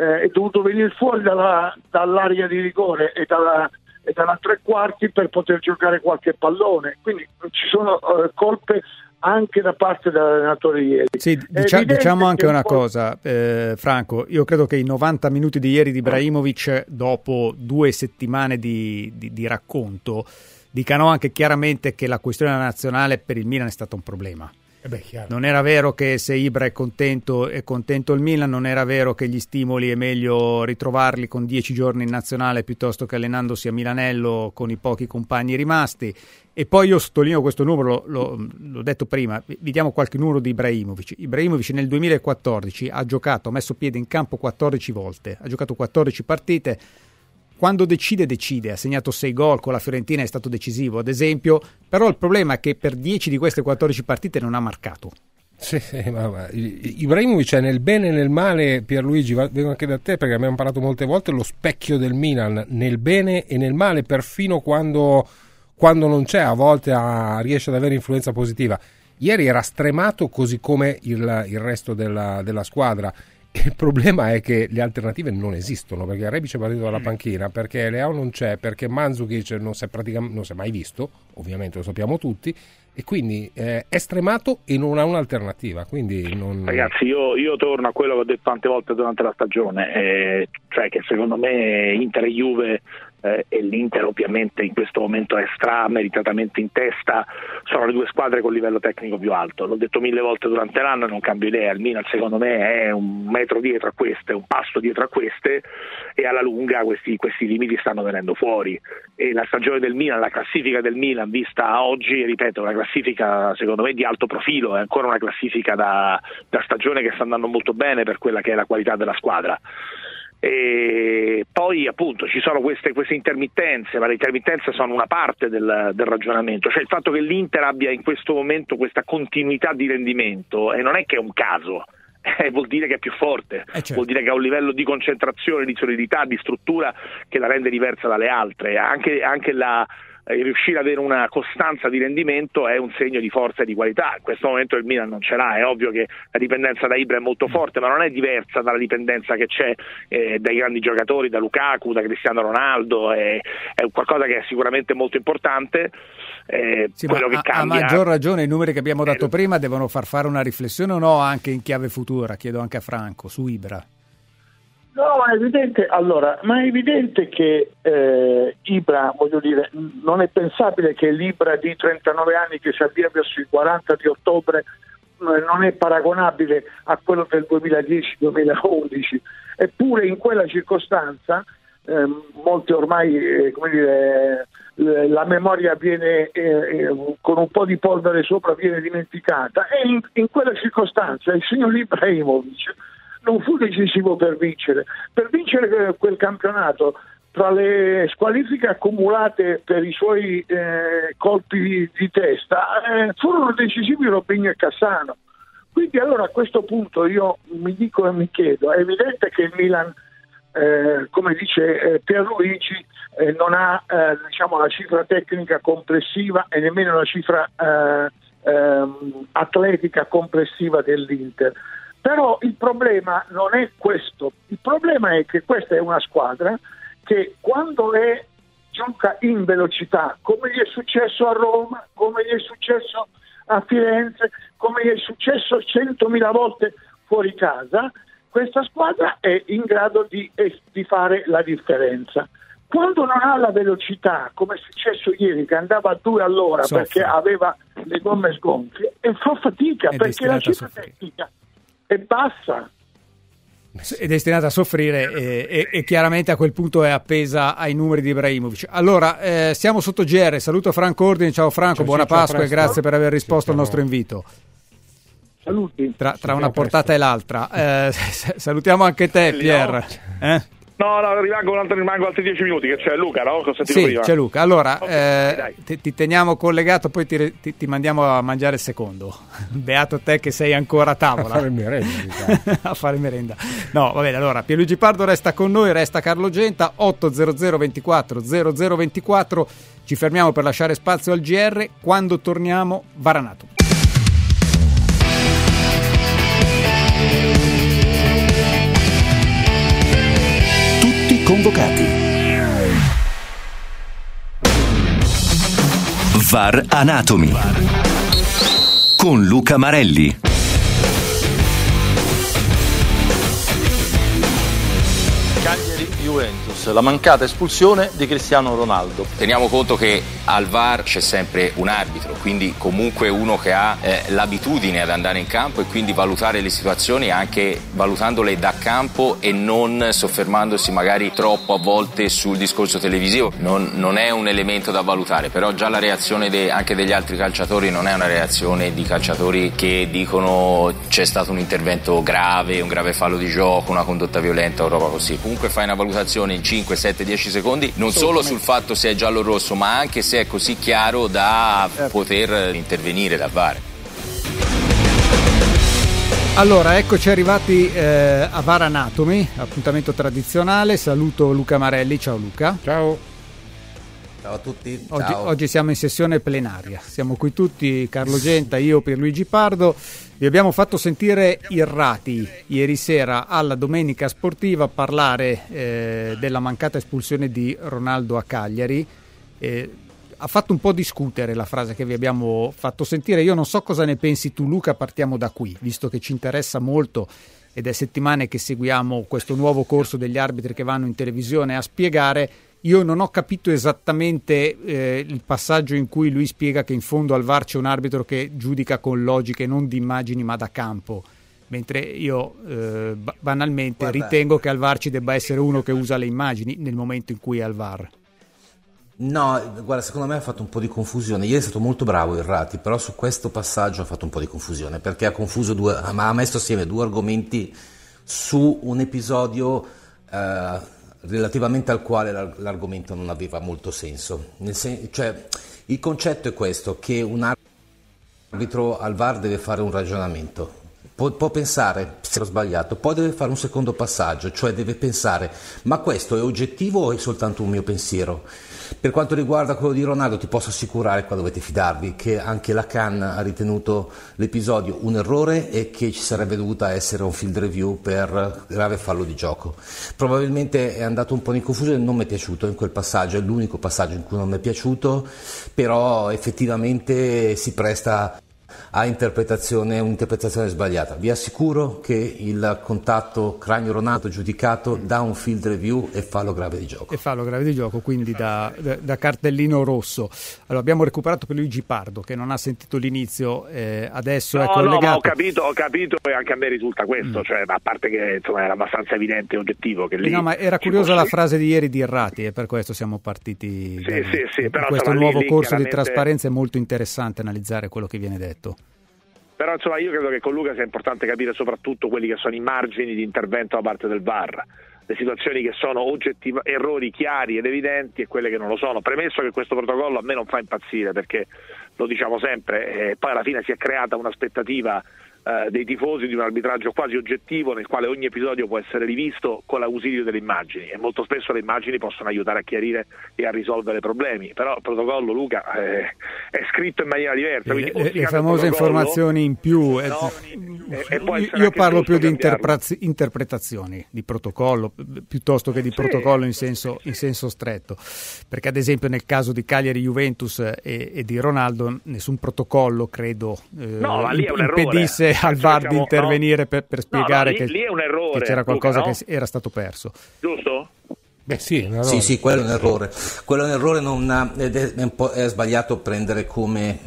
dall'area di rigore e dalla tre quarti per poter giocare qualche pallone. Quindi ci sono colpe anche da parte dell'allenatore ieri. Sì, diciamo anche una cosa, Franco, io credo che i 90 minuti di ieri di Ibrahimovic, dopo 2 settimane di racconto, dicano anche chiaramente che la questione nazionale per il Milan è stata un problema. Non era vero che se Ibra è contento il Milan, non era vero che gli stimoli è meglio ritrovarli con 10 giorni in nazionale piuttosto che allenandosi a Milanello con i pochi compagni rimasti. E poi io sottolineo questo numero, l'ho detto prima, vi diamo qualche numero di Ibrahimovic. Ibrahimovic nel 2014 ha messo piede in campo 14 volte, ha giocato 14 partite. Quando decide, ha segnato 6 gol, con la Fiorentina è stato decisivo ad esempio, però il problema è che per 10 di queste 14 partite non ha marcato. Sì, ma Ibrahimovic è nel bene e nel male, Pierluigi, vengo anche da te perché abbiamo parlato molte volte, lo specchio del Milan, nel bene e nel male, perfino quando non c'è, a volte riesce ad avere influenza positiva. Ieri era stremato così come il resto della squadra. Il problema è che le alternative non esistono, perché Rebic è partito dalla panchina, perché Leao non c'è, perché Mandzukic non si è mai visto, ovviamente lo sappiamo tutti, e quindi è stremato e non ha un'alternativa. Quindi Ragazzi, io torno a quello che ho detto tante volte durante la stagione, cioè che secondo me Inter e Juve, e l'Inter ovviamente in questo momento è meritatamente in testa, sono le due squadre con livello tecnico più alto. L'ho detto 1000 volte durante l'anno e non cambio idea. Il Milan secondo me è un metro dietro a queste, un passo dietro a queste, e alla lunga questi limiti stanno venendo fuori. E la stagione del Milan, la classifica del Milan vista oggi, ripeto, una classifica secondo me di alto profilo, è ancora una classifica da stagione che sta andando molto bene per quella che è la qualità della squadra. E poi appunto ci sono queste intermittenze, ma le intermittenze sono una parte del ragionamento, cioè il fatto che l'Inter abbia in questo momento questa continuità di rendimento, e non è che è un caso, vuol dire che è più forte, certo. Vuol dire che ha un livello di concentrazione, di solidità, di struttura che la rende diversa dalle altre. Anche riuscire ad avere una costanza di rendimento è un segno di forza e di qualità. In questo momento il Milan non ce l'ha. È ovvio che la dipendenza da Ibra è molto forte, ma non è diversa dalla dipendenza che c'è dai grandi giocatori, da Lukaku, da Cristiano Ronaldo. È qualcosa che è sicuramente molto importante. Sì, quello che cambia... A maggior ragione i numeri che abbiamo dato prima devono far fare una riflessione o no, anche in chiave futura? Chiedo anche a Franco su Ibra. No, è evidente, ma è evidente che Ibra, voglio dire, non è pensabile che l'Ibra di 39 anni che si avvia verso i 40 di ottobre non è paragonabile a quello del 2010-2011, eppure in quella circostanza molti ormai, come dire, la memoria viene con un po' di polvere sopra viene dimenticata, e in quella circostanza il signor Ibrahimovic non fu decisivo per vincere quel campionato. Tra le squalifiche accumulate per i suoi colpi di testa furono decisivi Robinho e Cassano. Quindi allora a questo punto io mi dico e mi chiedo, è evidente che il Milan, come dice Pierluigi, non ha la cifra tecnica complessiva e nemmeno la cifra atletica complessiva dell'Inter. Però il problema non è questo, il problema è che questa è una squadra che quando gioca in velocità, come gli è successo a Roma, come gli è successo a Firenze, come gli è successo 100.000 volte fuori casa, questa squadra è in grado di fare la differenza. Quando non ha la velocità, come è successo ieri, che andava a 2 all'ora perché aveva le gomme sgonfie, e fa fatica perché la cifra tecnica è bassa, è destinata a soffrire e chiaramente a quel punto è appesa ai numeri di Ibrahimovic. Allora siamo sotto GR, saluto Franco Ordine. Ciao Franco, buona Pasqua e grazie per aver risposto al nostro invito. Saluti. Tra una portata e l'altra salutiamo anche te, Pier. No, rimango altri 10 minuti, che c'è Luca, no? Sì, prima. C'è Luca. Allora, ti teniamo collegato, poi ti mandiamo a mangiare il secondo. Beato te che sei ancora a tavola. A fare merenda. A fare merenda. No, va bene, allora, Pierluigi Pardo resta con noi, resta Carlo Genta, 800 24 0024. Ci fermiamo per lasciare spazio al GR. Quando torniamo, Varanato. Convocati. VAR Anatomy con Luca Marelli. Juventus, la mancata espulsione di Cristiano Ronaldo. Teniamo conto che al VAR c'è sempre un arbitro, quindi comunque uno che ha l'abitudine ad andare in campo e quindi valutare le situazioni anche valutandole da campo e non soffermandosi magari troppo a volte sul discorso televisivo. Non è un elemento da valutare, però già la reazione anche degli altri calciatori non è una reazione di calciatori che dicono c'è stato un intervento grave, un grave fallo di gioco, una condotta violenta o roba così. Comunque fai una valutazione in 5, 7, 10 secondi non solo sul fatto se è giallo o rosso, ma anche se è così chiaro da poter intervenire dal VAR. Allora, eccoci arrivati a VAR Anatomy, appuntamento tradizionale. Saluto Luca Marelli. Ciao Luca. Ciao. Ciao a tutti. Oggi siamo in sessione plenaria, siamo qui tutti, Carlo Genta, io, Pierluigi Pardo. Vi abbiamo fatto sentire irrati ieri sera alla Domenica Sportiva a parlare della mancata espulsione di Ronaldo a Cagliari. Ha fatto un po' discutere la frase che vi abbiamo fatto sentire. Io non so cosa ne pensi tu, Luca, partiamo da qui, visto che ci interessa molto ed è settimane che seguiamo questo nuovo corso degli arbitri che vanno in televisione a spiegare. Io non ho capito esattamente il passaggio in cui lui spiega che in fondo al VAR c'è un arbitro che giudica con logiche non di immagini ma da campo, mentre io banalmente ritengo che al VAR ci debba essere uno che usa le immagini nel momento in cui è al VAR. No, guarda, secondo me ha fatto un po' di confusione. Ieri è stato molto bravo Irrati, però su questo passaggio ha fatto un po' di confusione, perché ha messo assieme due argomenti su un episodio relativamente al quale l'argomento non aveva molto senso. Cioè, il concetto è questo, che un arbitro al VAR deve fare un ragionamento, può pensare se ho sbagliato, poi deve fare un secondo passaggio, cioè deve pensare ma questo è oggettivo o è soltanto un mio pensiero? Per quanto riguarda quello di Ronaldo ti posso assicurare, qua dovete fidarvi, che anche la CAN ha ritenuto l'episodio un errore e che ci sarebbe dovuta essere un field review per grave fallo di gioco. Probabilmente è andato un po' in confusione, non mi è piaciuto in quel passaggio, è l'unico passaggio in cui non mi è piaciuto, però effettivamente si presta a un'interpretazione sbagliata. Vi assicuro che il contatto cranio-Ronaldo giudicato da un field review e fallo grave di gioco. Quindi da cartellino rosso. Allora, abbiamo recuperato Pierluigi Pardo che non ha sentito l'inizio, adesso è collegato. No, ho capito e anche a me risulta questo, cioè, a parte che insomma era abbastanza evidente e oggettivo che lì. No, ma era curiosa la frase di ieri di Irrati e per questo siamo partiti. Sì, però questo nuovo corso chiaramente... di trasparenza è molto interessante analizzare quello che viene detto. Però insomma io credo che con Luca sia importante capire soprattutto quelli che sono i margini di intervento da parte del VAR, le situazioni che sono errori chiari ed evidenti e quelle che non lo sono. Premesso che questo protocollo a me non fa impazzire, perché lo diciamo sempre, poi alla fine si è creata un'aspettativa dei tifosi di un arbitraggio quasi oggettivo nel quale ogni episodio può essere rivisto con l'ausilio delle immagini, e molto spesso le immagini possono aiutare a chiarire e a risolvere problemi, però il protocollo, Luca, è scritto in maniera diversa, le famose informazioni in più, io parlo più di interpretazioni di protocollo piuttosto che di protocollo in senso stretto, perché ad esempio nel caso di Cagliari Juventus e di Ronaldo nessun protocollo credo impedisse al VAR di intervenire per spiegare che c'era qualcosa che era stato perso. Giusto? Beh sì, quello è un errore. Quello è un errore, è sbagliato prendere come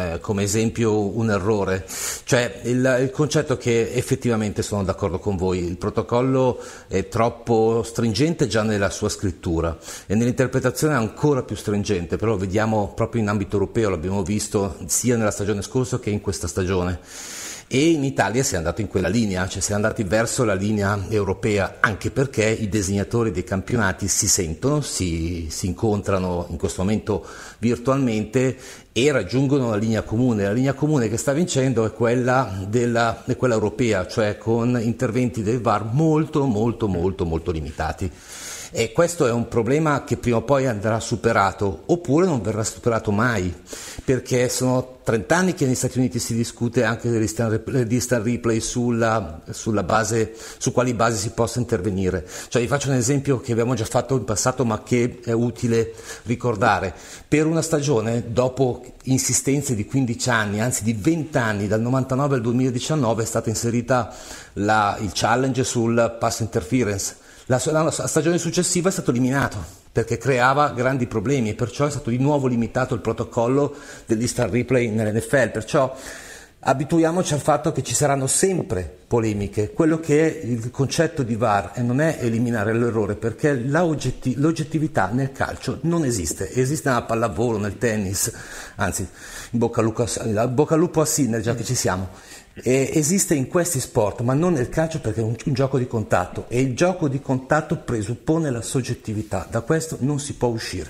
esempio un errore. Cioè il concetto che effettivamente sono d'accordo con voi, il protocollo è troppo stringente già nella sua scrittura e nell'interpretazione è ancora più stringente, però lo vediamo proprio in ambito europeo, l'abbiamo visto sia nella stagione scorsa che in questa stagione. E in Italia si è andato in quella linea, cioè si è andati verso la linea europea, anche perché i designatori dei campionati si sentono, si incontrano in questo momento virtualmente e raggiungono la linea comune. La linea comune che sta vincendo è quella europea, cioè con interventi del VAR molto limitati. E questo è un problema che prima o poi andrà superato, oppure non verrà superato mai, perché sono 30 anni che negli Stati Uniti si discute anche di instant replay sulla base, su quali basi si possa intervenire. Cioè vi faccio un esempio che abbiamo già fatto in passato ma che è utile ricordare. Per una stagione, dopo insistenze di 15 anni, anzi di 20 anni, dal 99 al 2019 è stata inserita il challenge sul pass interference. La stagione successiva è stato eliminato perché creava grandi problemi e perciò è stato di nuovo limitato il protocollo dell'instant replay nell'NFL. Perciò abituiamoci al fatto che ci saranno sempre polemiche. Quello che è il concetto di VAR e non è eliminare l'errore, perché l'oggettività nel calcio non esiste nella pallavolo, nel tennis, anzi in bocca al lupo a Sinner, già che ci siamo. Esiste in questi sport ma non nel calcio, perché è un gioco di contatto e il gioco di contatto presuppone la soggettività, da questo non si può uscire.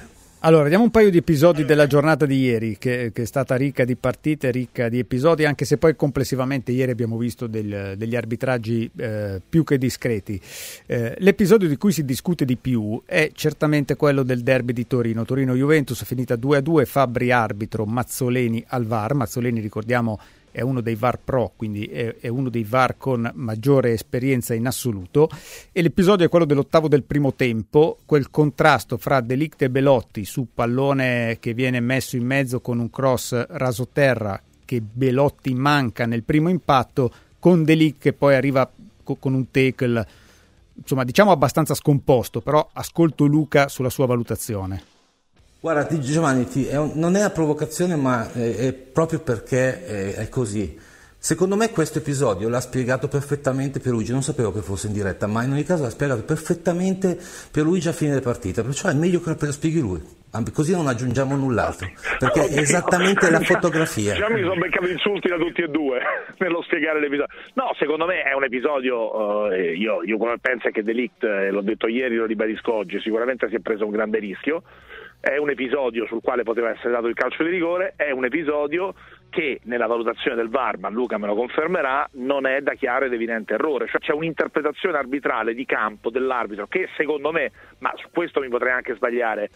Allora, diamo un paio di episodi della giornata di ieri, che è stata ricca di partite, ricca di episodi, anche se poi complessivamente ieri abbiamo visto degli arbitraggi più che discreti. L'episodio di cui si discute di più è certamente quello del derby di Torino. Torino-Juventus è finita 2-2, Fabbri arbitro, Mazzoleni al VAR. Mazzoleni, ricordiamo, è uno dei VAR Pro, quindi è uno dei VAR con maggiore esperienza in assoluto, e l'episodio è quello dell'ottavo del primo tempo, quel contrasto fra De Ligt e Belotti su pallone che viene messo in mezzo con un cross rasoterra che Belotti manca nel primo impatto, con De Ligt che poi arriva con un tackle, insomma diciamo abbastanza scomposto, però ascolto Luca sulla sua valutazione. Guarda Giovanni, non è una provocazione, ma è proprio perché è così. Secondo me questo episodio l'ha spiegato perfettamente Pierluigi, non sapevo che fosse in diretta, ma in ogni caso l'ha spiegato perfettamente Pierluigi a fine della partita, perciò è meglio che lo spieghi lui, così non aggiungiamo null'altro, perché è esattamente la fotografia. Già mi sono beccato insulti da tutti e due nello spiegare l'episodio. No, secondo me è un episodio, io come penso che De Ligt, l'ho detto ieri, lo ribadisco oggi, sicuramente si è preso un grande rischio. È un episodio sul quale poteva essere dato il calcio di rigore, è un episodio che nella valutazione del VAR, ma Luca me lo confermerà, non è da chiaro ed evidente errore, cioè c'è un'interpretazione arbitrale di campo dell'arbitro che secondo me, ma su questo mi potrei anche sbagliare,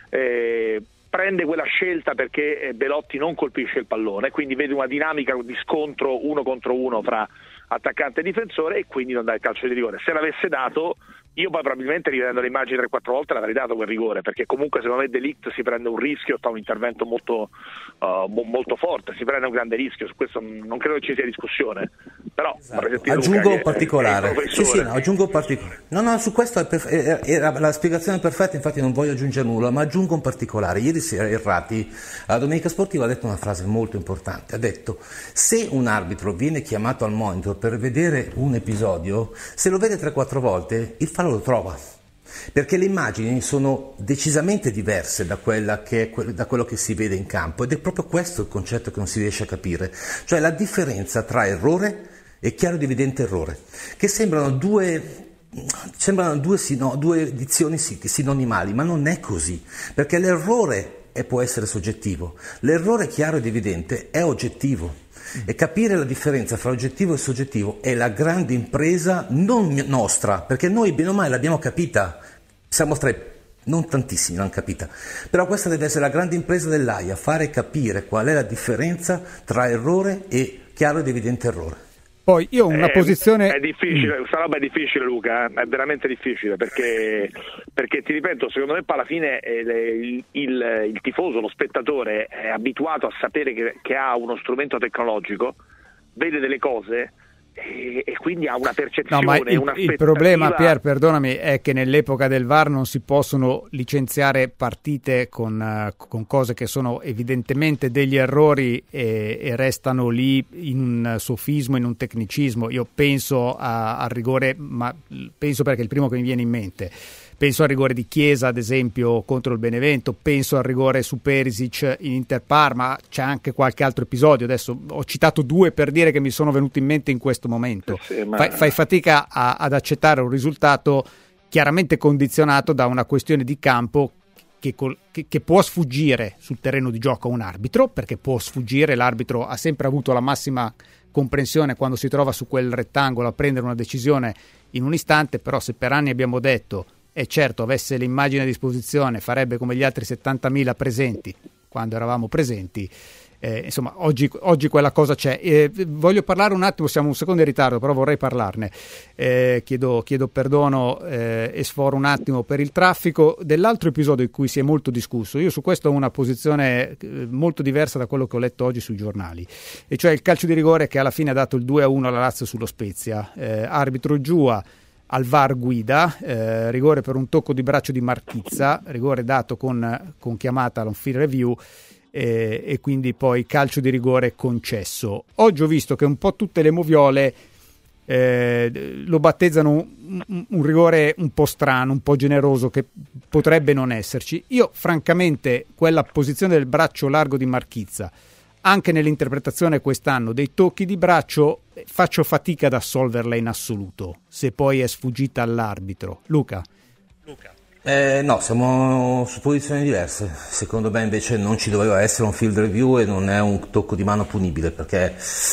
prende quella scelta perché Belotti non colpisce il pallone, quindi vede una dinamica di scontro 1 contro 1 fra attaccante e difensore e quindi non dà il calcio di rigore. Se l'avesse dato, io poi probabilmente rivedendo le immagini 3-4 volte l'avrei dato quel rigore, perché comunque secondo me De Ligt si prende un rischio, fa un intervento molto forte, si prende un grande rischio, su questo non credo che ci sia discussione. Però aggiungo un particolare. Aggiungo un particolare. No, su questo era la spiegazione perfetta, infatti non voglio aggiungere nulla, ma aggiungo un particolare. Ieri sera Errati alla Domenica Sportiva ha detto una frase molto importante, ha detto: se un arbitro viene chiamato al monitor per vedere un episodio, se lo vede 3-4 volte, il fallo lo trova, perché le immagini sono decisamente diverse da quello che si vede in campo, ed è proprio questo il concetto che non si riesce a capire, cioè la differenza tra errore e chiaro ed evidente errore, che sembrano due dizioni sinonimali, ma non è così, perché l'errore può essere soggettivo, l'errore chiaro ed evidente è oggettivo. E capire la differenza fra oggettivo e soggettivo è la grande impresa non nostra, perché noi bene o male l'abbiamo capita, siamo non tantissimi l'hanno capita, però questa deve essere la grande impresa dell'AIA, fare capire qual è la differenza tra errore e chiaro ed evidente errore. Poi io ho una posizione... È difficile, questa roba è difficile Luca, è veramente difficile, perché ti ripeto, secondo me alla fine il tifoso, lo spettatore è abituato a sapere che ha uno strumento tecnologico, vede delle cose e quindi ha una percezione. No, ma il problema, Pier, perdonami, è che nell'epoca del VAR non si possono licenziare partite con cose che sono evidentemente degli errori e restano lì in un sofismo, in un tecnicismo. Io penso al rigore, ma penso perché è il primo che mi viene in mente. Penso al rigore di Chiesa, ad esempio, contro il Benevento, penso al rigore su Perisic in Inter-Parma, c'è anche qualche altro episodio, adesso ho citato 2 per dire che mi sono venuti in mente in questo momento. Fai fatica ad accettare un risultato chiaramente condizionato da una questione di campo che può sfuggire sul terreno di gioco a un arbitro, perché può sfuggire, l'arbitro ha sempre avuto la massima comprensione quando si trova su quel rettangolo a prendere una decisione in un istante, però se per anni abbiamo detto certo, avesse l'immagine a disposizione farebbe come gli altri 70.000 presenti quando eravamo presenti, insomma oggi quella cosa c'è. Voglio parlare un attimo, siamo un secondo in ritardo, però vorrei parlarne, chiedo perdono e sforo un attimo per il traffico, dell'altro episodio in cui si è molto discusso. Io su questo ho una posizione molto diversa da quello che ho letto oggi sui giornali, e cioè il calcio di rigore che alla fine ha dato il 2-1 alla Lazio sullo Spezia, arbitro Giua al VAR guida, rigore per un tocco di braccio di Marchizza, rigore dato con chiamata all'on-field review, e quindi poi calcio di rigore concesso. Oggi ho visto che un po' tutte le moviole lo battezzano un rigore un po' strano, un po' generoso, che potrebbe non esserci. Io francamente quella posizione del braccio largo di Marchizza, anche nell'interpretazione quest'anno dei tocchi di braccio, faccio fatica ad assolverla in assoluto, se poi è sfuggita all'arbitro. Luca. No, siamo su posizioni diverse. Secondo me invece non ci doveva essere un field review e non è un tocco di mano punibile, perché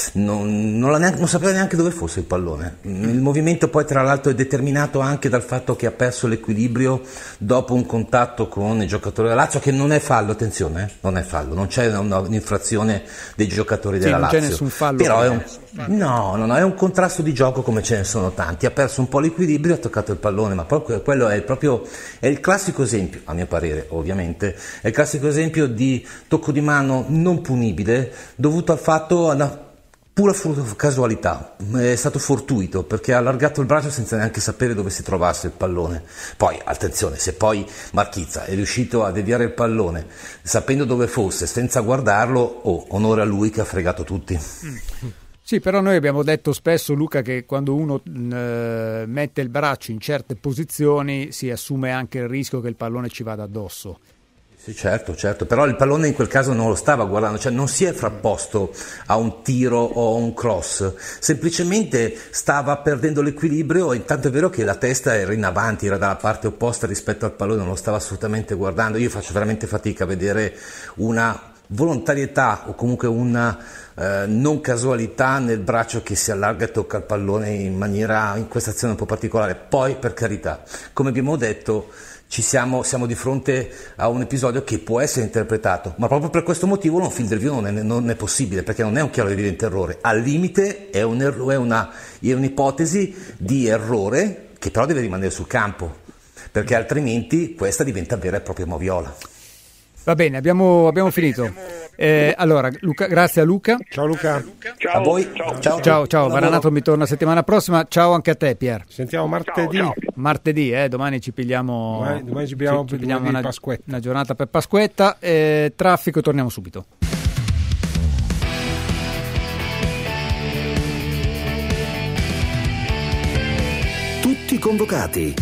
non sapeva neanche dove fosse il pallone. Il movimento poi tra l'altro è determinato anche dal fatto che ha perso l'equilibrio dopo un contatto con il giocatore della Lazio, che non è fallo, attenzione, non è fallo, non c'è un'infrazione dei giocatori della Lazio. Non c'è nessun fallo. Però è un contrasto di gioco come ce ne sono tanti. Ha perso un po' l'equilibrio, ha toccato il pallone, ma proprio quello è il classico esempio, a mio parere ovviamente, è il classico esempio di tocco di mano non punibile dovuto al fatto a una pura casualità, è stato fortuito perché ha allargato il braccio senza neanche sapere dove si trovasse il pallone. Poi attenzione, se poi Marchizza è riuscito a deviare il pallone sapendo dove fosse senza guardarlo, onore a lui che ha fregato tutti. Sì, però noi abbiamo detto spesso, Luca, che quando uno mette il braccio in certe posizioni si assume anche il rischio che il pallone ci vada addosso. Sì, certo, però il pallone in quel caso non lo stava guardando, cioè non si è frapposto a un tiro o a un cross, semplicemente stava perdendo l'equilibrio, e tanto è vero che la testa era in avanti, era dalla parte opposta rispetto al pallone, non lo stava assolutamente guardando. Io faccio veramente fatica a vedere una volontarietà o comunque una non casualità nel braccio che si allarga e tocca il pallone in questa azione un po' particolare. Poi, per carità, come abbiamo detto, siamo di fronte a un episodio che può essere interpretato, ma proprio per questo motivo un field review non è possibile, perché non è un chiaro e evidente errore. Al limite è un'ipotesi di errore che però deve rimanere sul campo, perché altrimenti questa diventa vera e propria moviola. Va bene, abbiamo finito. Allora, Luca, grazie a Luca. Ciao Luca. Ciao a voi. Ciao. Varanato mi torna settimana prossima. Ciao anche a te, Pier. Ci sentiamo martedì. Ciao. Martedì, domani ci pigliamo. Domani ci pigliamo una giornata per Pasquetta. Traffico, torniamo subito. Tutti convocati.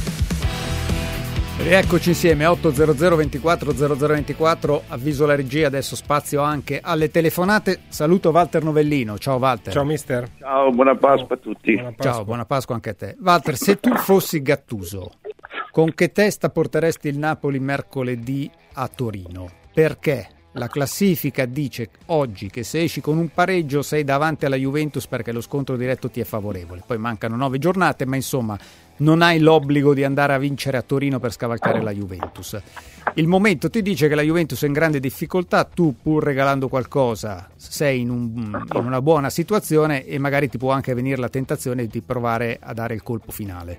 Rieccoci insieme, 800 24 0024, avviso la regia, adesso spazio anche alle telefonate. Saluto Walter Novellino, ciao Walter. Ciao mister. Ciao, buona Pasqua a tutti. Ciao, buona Pasqua anche a te. Walter, se tu fossi Gattuso, con che testa porteresti il Napoli mercoledì a Torino? Perché la classifica dice oggi che se esci con un pareggio sei davanti alla Juventus perché lo scontro diretto ti è favorevole. Poi mancano 9 giornate, ma insomma non hai l'obbligo di andare a vincere a Torino per scavalcare la Juventus. Il momento ti dice che la Juventus è in grande difficoltà, tu pur regalando qualcosa sei in una buona situazione e magari ti può anche venire la tentazione di provare a dare il colpo finale.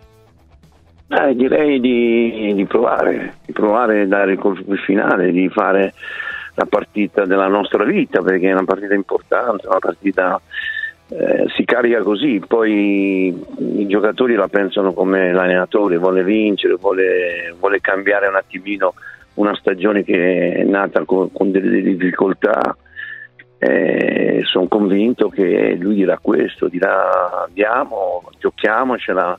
Direi di provare a dare il colpo finale, di fare la partita della nostra vita, perché è una partita importante, una partita si carica così, poi i giocatori la pensano come l'allenatore, vuole vincere, vuole cambiare un attimino una stagione che è nata con delle difficoltà. Sono convinto che lui dirà questo, dirà andiamo, giochiamocela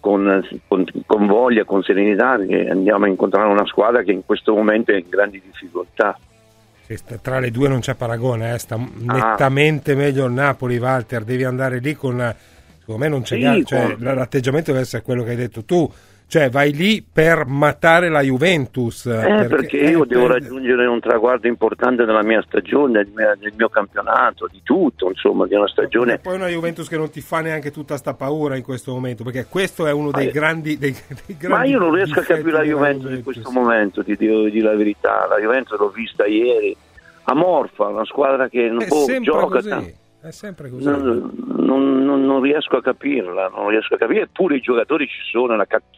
con voglia, con serenità, perché andiamo a incontrare una squadra che in questo momento è in grandi difficoltà. Tra le due non c'è paragone, sta nettamente meglio il Napoli, Walter, devi andare lì secondo me non c'è l'atteggiamento deve essere quello che hai detto tu, cioè vai lì per matare la Juventus. Perché io devo raggiungere un traguardo importante della mia stagione, del mio campionato, di tutto, insomma, di una stagione. E poi una Juventus che non ti fa neanche tutta sta paura in questo momento, perché questo è uno dei grandi ma io non riesco a capire la Juventus in questo momento, ti devo dire la verità. La Juventus l'ho vista ieri, amorfa, una squadra che gioca tanto. È sempre così. Non riesco a capirla, eppure i giocatori ci sono,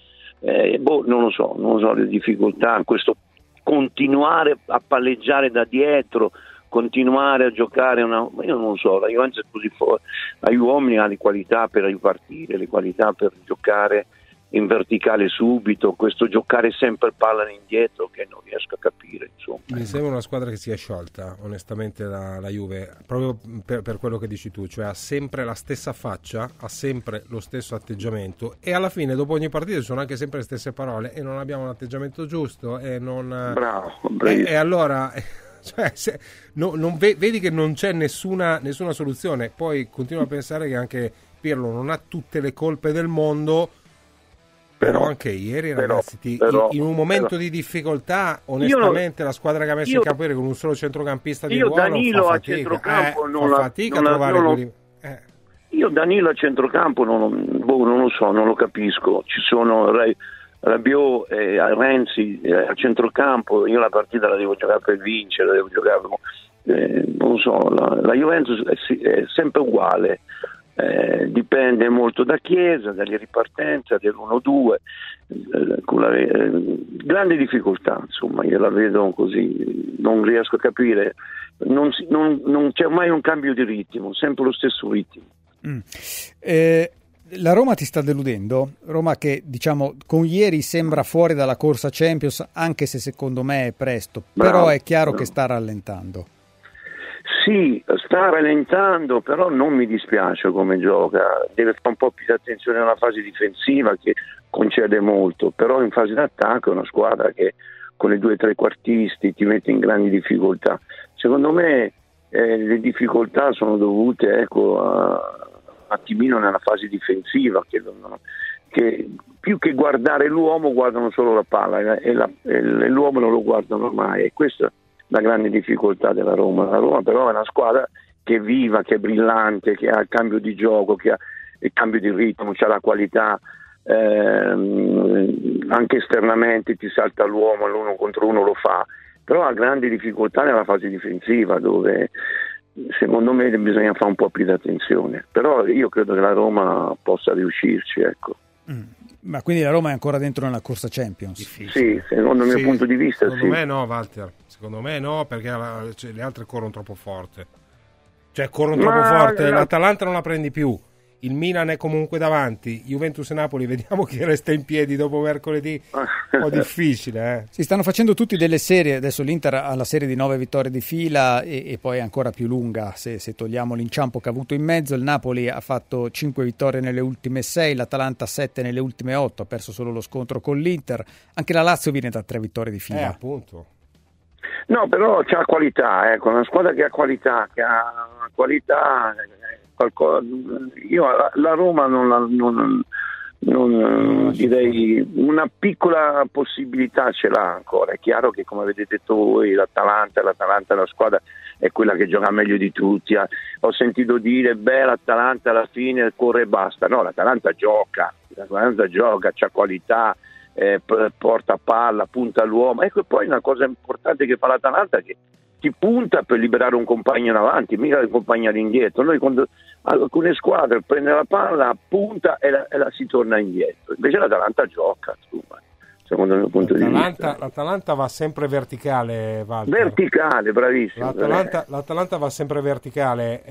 non lo so le difficoltà, questo continuare a palleggiare da dietro, continuare a giocare io non lo so, la Juventus è così forte, agli uomini ha le qualità per ripartire, le qualità per giocare in verticale subito, questo giocare sempre palla indietro che non riesco a capire, insomma. Mi sembra una squadra che si è sciolta onestamente la Juve, proprio per quello che dici tu, cioè ha sempre la stessa faccia, ha sempre lo stesso atteggiamento e alla fine dopo ogni partita sono anche sempre le stesse parole e non abbiamo un atteggiamento giusto e non bravo. E allora cioè, vedi che non c'è nessuna soluzione. Poi continuo a pensare che anche Pirlo non ha tutte le colpe del mondo, Però anche ieri, ragazzi, in un momento di difficoltà, onestamente, la squadra che ha messo in campo ieri con un solo centrocampista di ruolo Danilo fa a centrocampo fa fatica a trovare Io Danilo a centrocampo non lo so, non lo capisco. Ci sono Rabiot e Renzi a centrocampo. Io la partita la devo giocare per vincere, la devo giocare, non lo so. La Juventus è sempre uguale. Dipende molto da Chiesa, dalle ripartenze, dell'1-2, con grande difficoltà, insomma, io la vedo così, non riesco a capire, non c'è mai un cambio di ritmo, sempre lo stesso ritmo. La Roma ti sta deludendo? Roma che, diciamo, con ieri sembra fuori dalla corsa Champions, anche se secondo me è presto, però è chiaro che sta rallentando. Sì, sta rallentando, però non mi dispiace come gioca, deve fare un po' più di attenzione alla fase difensiva che concede molto, però in fase d'attacco è una squadra che con i 2 trequartisti ti mette in grandi difficoltà. Secondo me le difficoltà sono dovute un attimino nella fase difensiva, che più che guardare l'uomo guardano solo la palla e l'uomo non lo guardano mai, e questo la grande difficoltà della Roma. La Roma però è una squadra che è viva, che è brillante, che ha il cambio di gioco, che ha il cambio di ritmo, c'ha la qualità, anche esternamente ti salta l'uomo, l'1 contro 1 lo fa, però ha grandi difficoltà nella fase difensiva, dove secondo me bisogna fare un po' più di attenzione, però io credo che la Roma possa riuscirci, ecco. Ma quindi la Roma è ancora dentro nella corsa Champions? Sì, secondo il mio punto di vista secondo me no, Walter, secondo me no, perché le altre corrono troppo forte, l'Atalanta non la prendi più, il Milan è comunque davanti, Juventus e Napoli vediamo chi resta in piedi dopo mercoledì, un po' difficile. Si stanno facendo tutti delle serie, adesso l'Inter ha la serie di 9 vittorie di fila e poi è ancora più lunga se togliamo l'inciampo che ha avuto in mezzo. Il Napoli ha fatto 5 vittorie nelle ultime 6, l'Atalanta 7 nelle ultime 8, ha perso solo lo scontro con l'Inter, anche la Lazio viene da 3 vittorie di fila. Appunto. No, però c'ha qualità, una squadra che ha qualità, io la Roma non direi, una piccola possibilità ce l'ha ancora. È chiaro che, come avete detto voi, l'Atalanta è la squadra, è quella che gioca meglio di tutti. Ho sentito dire l'Atalanta alla fine corre e basta. No, l'Atalanta gioca, c'ha qualità, porta palla, punta all'uomo. Ecco, poi una cosa importante che fa l'Atalanta è che ti punta per liberare un compagno in avanti, mica accompagnare indietro. Noi quando alcune squadre prende la palla, punta e la si torna indietro. Invece l'Atalanta gioca, secondo il mio punto di vista. L'Atalanta va sempre verticale, Walter. Verticale, bravissimo. L'Atalanta va sempre verticale,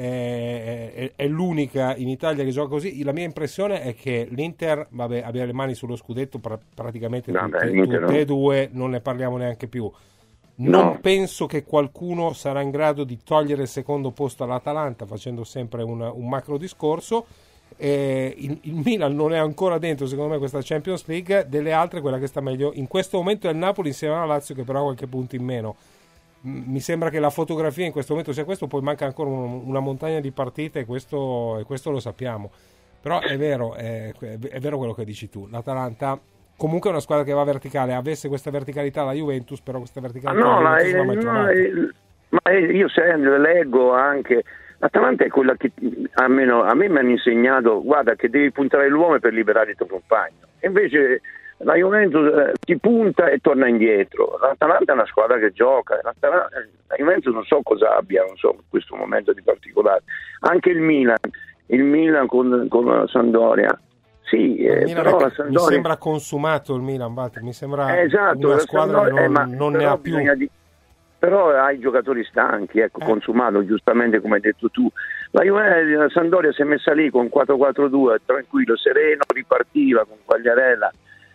è l'unica in Italia che gioca così. La mia impressione è che l'Inter abbia le mani sullo scudetto praticamente tutte e due, non ne parliamo neanche più. Non penso che qualcuno sarà in grado di togliere il secondo posto all'Atalanta, facendo sempre un macro discorso. Il Milan non è ancora dentro, secondo me, questa Champions League. Delle altre, quella che sta meglio in questo momento è il Napoli, insieme alla Lazio, che però ha qualche punto in meno. Mi sembra che la fotografia in questo momento sia questo, poi manca ancora una montagna di partite, e questo lo sappiamo. Però è vero quello che dici tu. L'Atalanta comunque è una squadra che va verticale, avesse questa verticalità la Juventus, però questa verticalità non l'ha mai trovata. Ma io sempre leggo anche, l'Atalanta è quella che almeno a me mi hanno insegnato, guarda, che devi puntare l'uomo per liberare il tuo compagno, e invece la Juventus ti punta e torna indietro. L'Atalanta è una squadra che gioca, la Juventus non so cosa abbia, non so, in questo momento di particolare. Anche il Milan con la Sampdoria. Sì, però la Sampdoria... mi sembra consumato il Milan, Walter, mi sembra una squadra che non ne ha più. Però hai giocatori stanchi, consumato, giustamente come hai detto tu. La Sampdoria si è messa lì con 4-4-2, tranquillo, sereno, ripartiva con Quagliarella,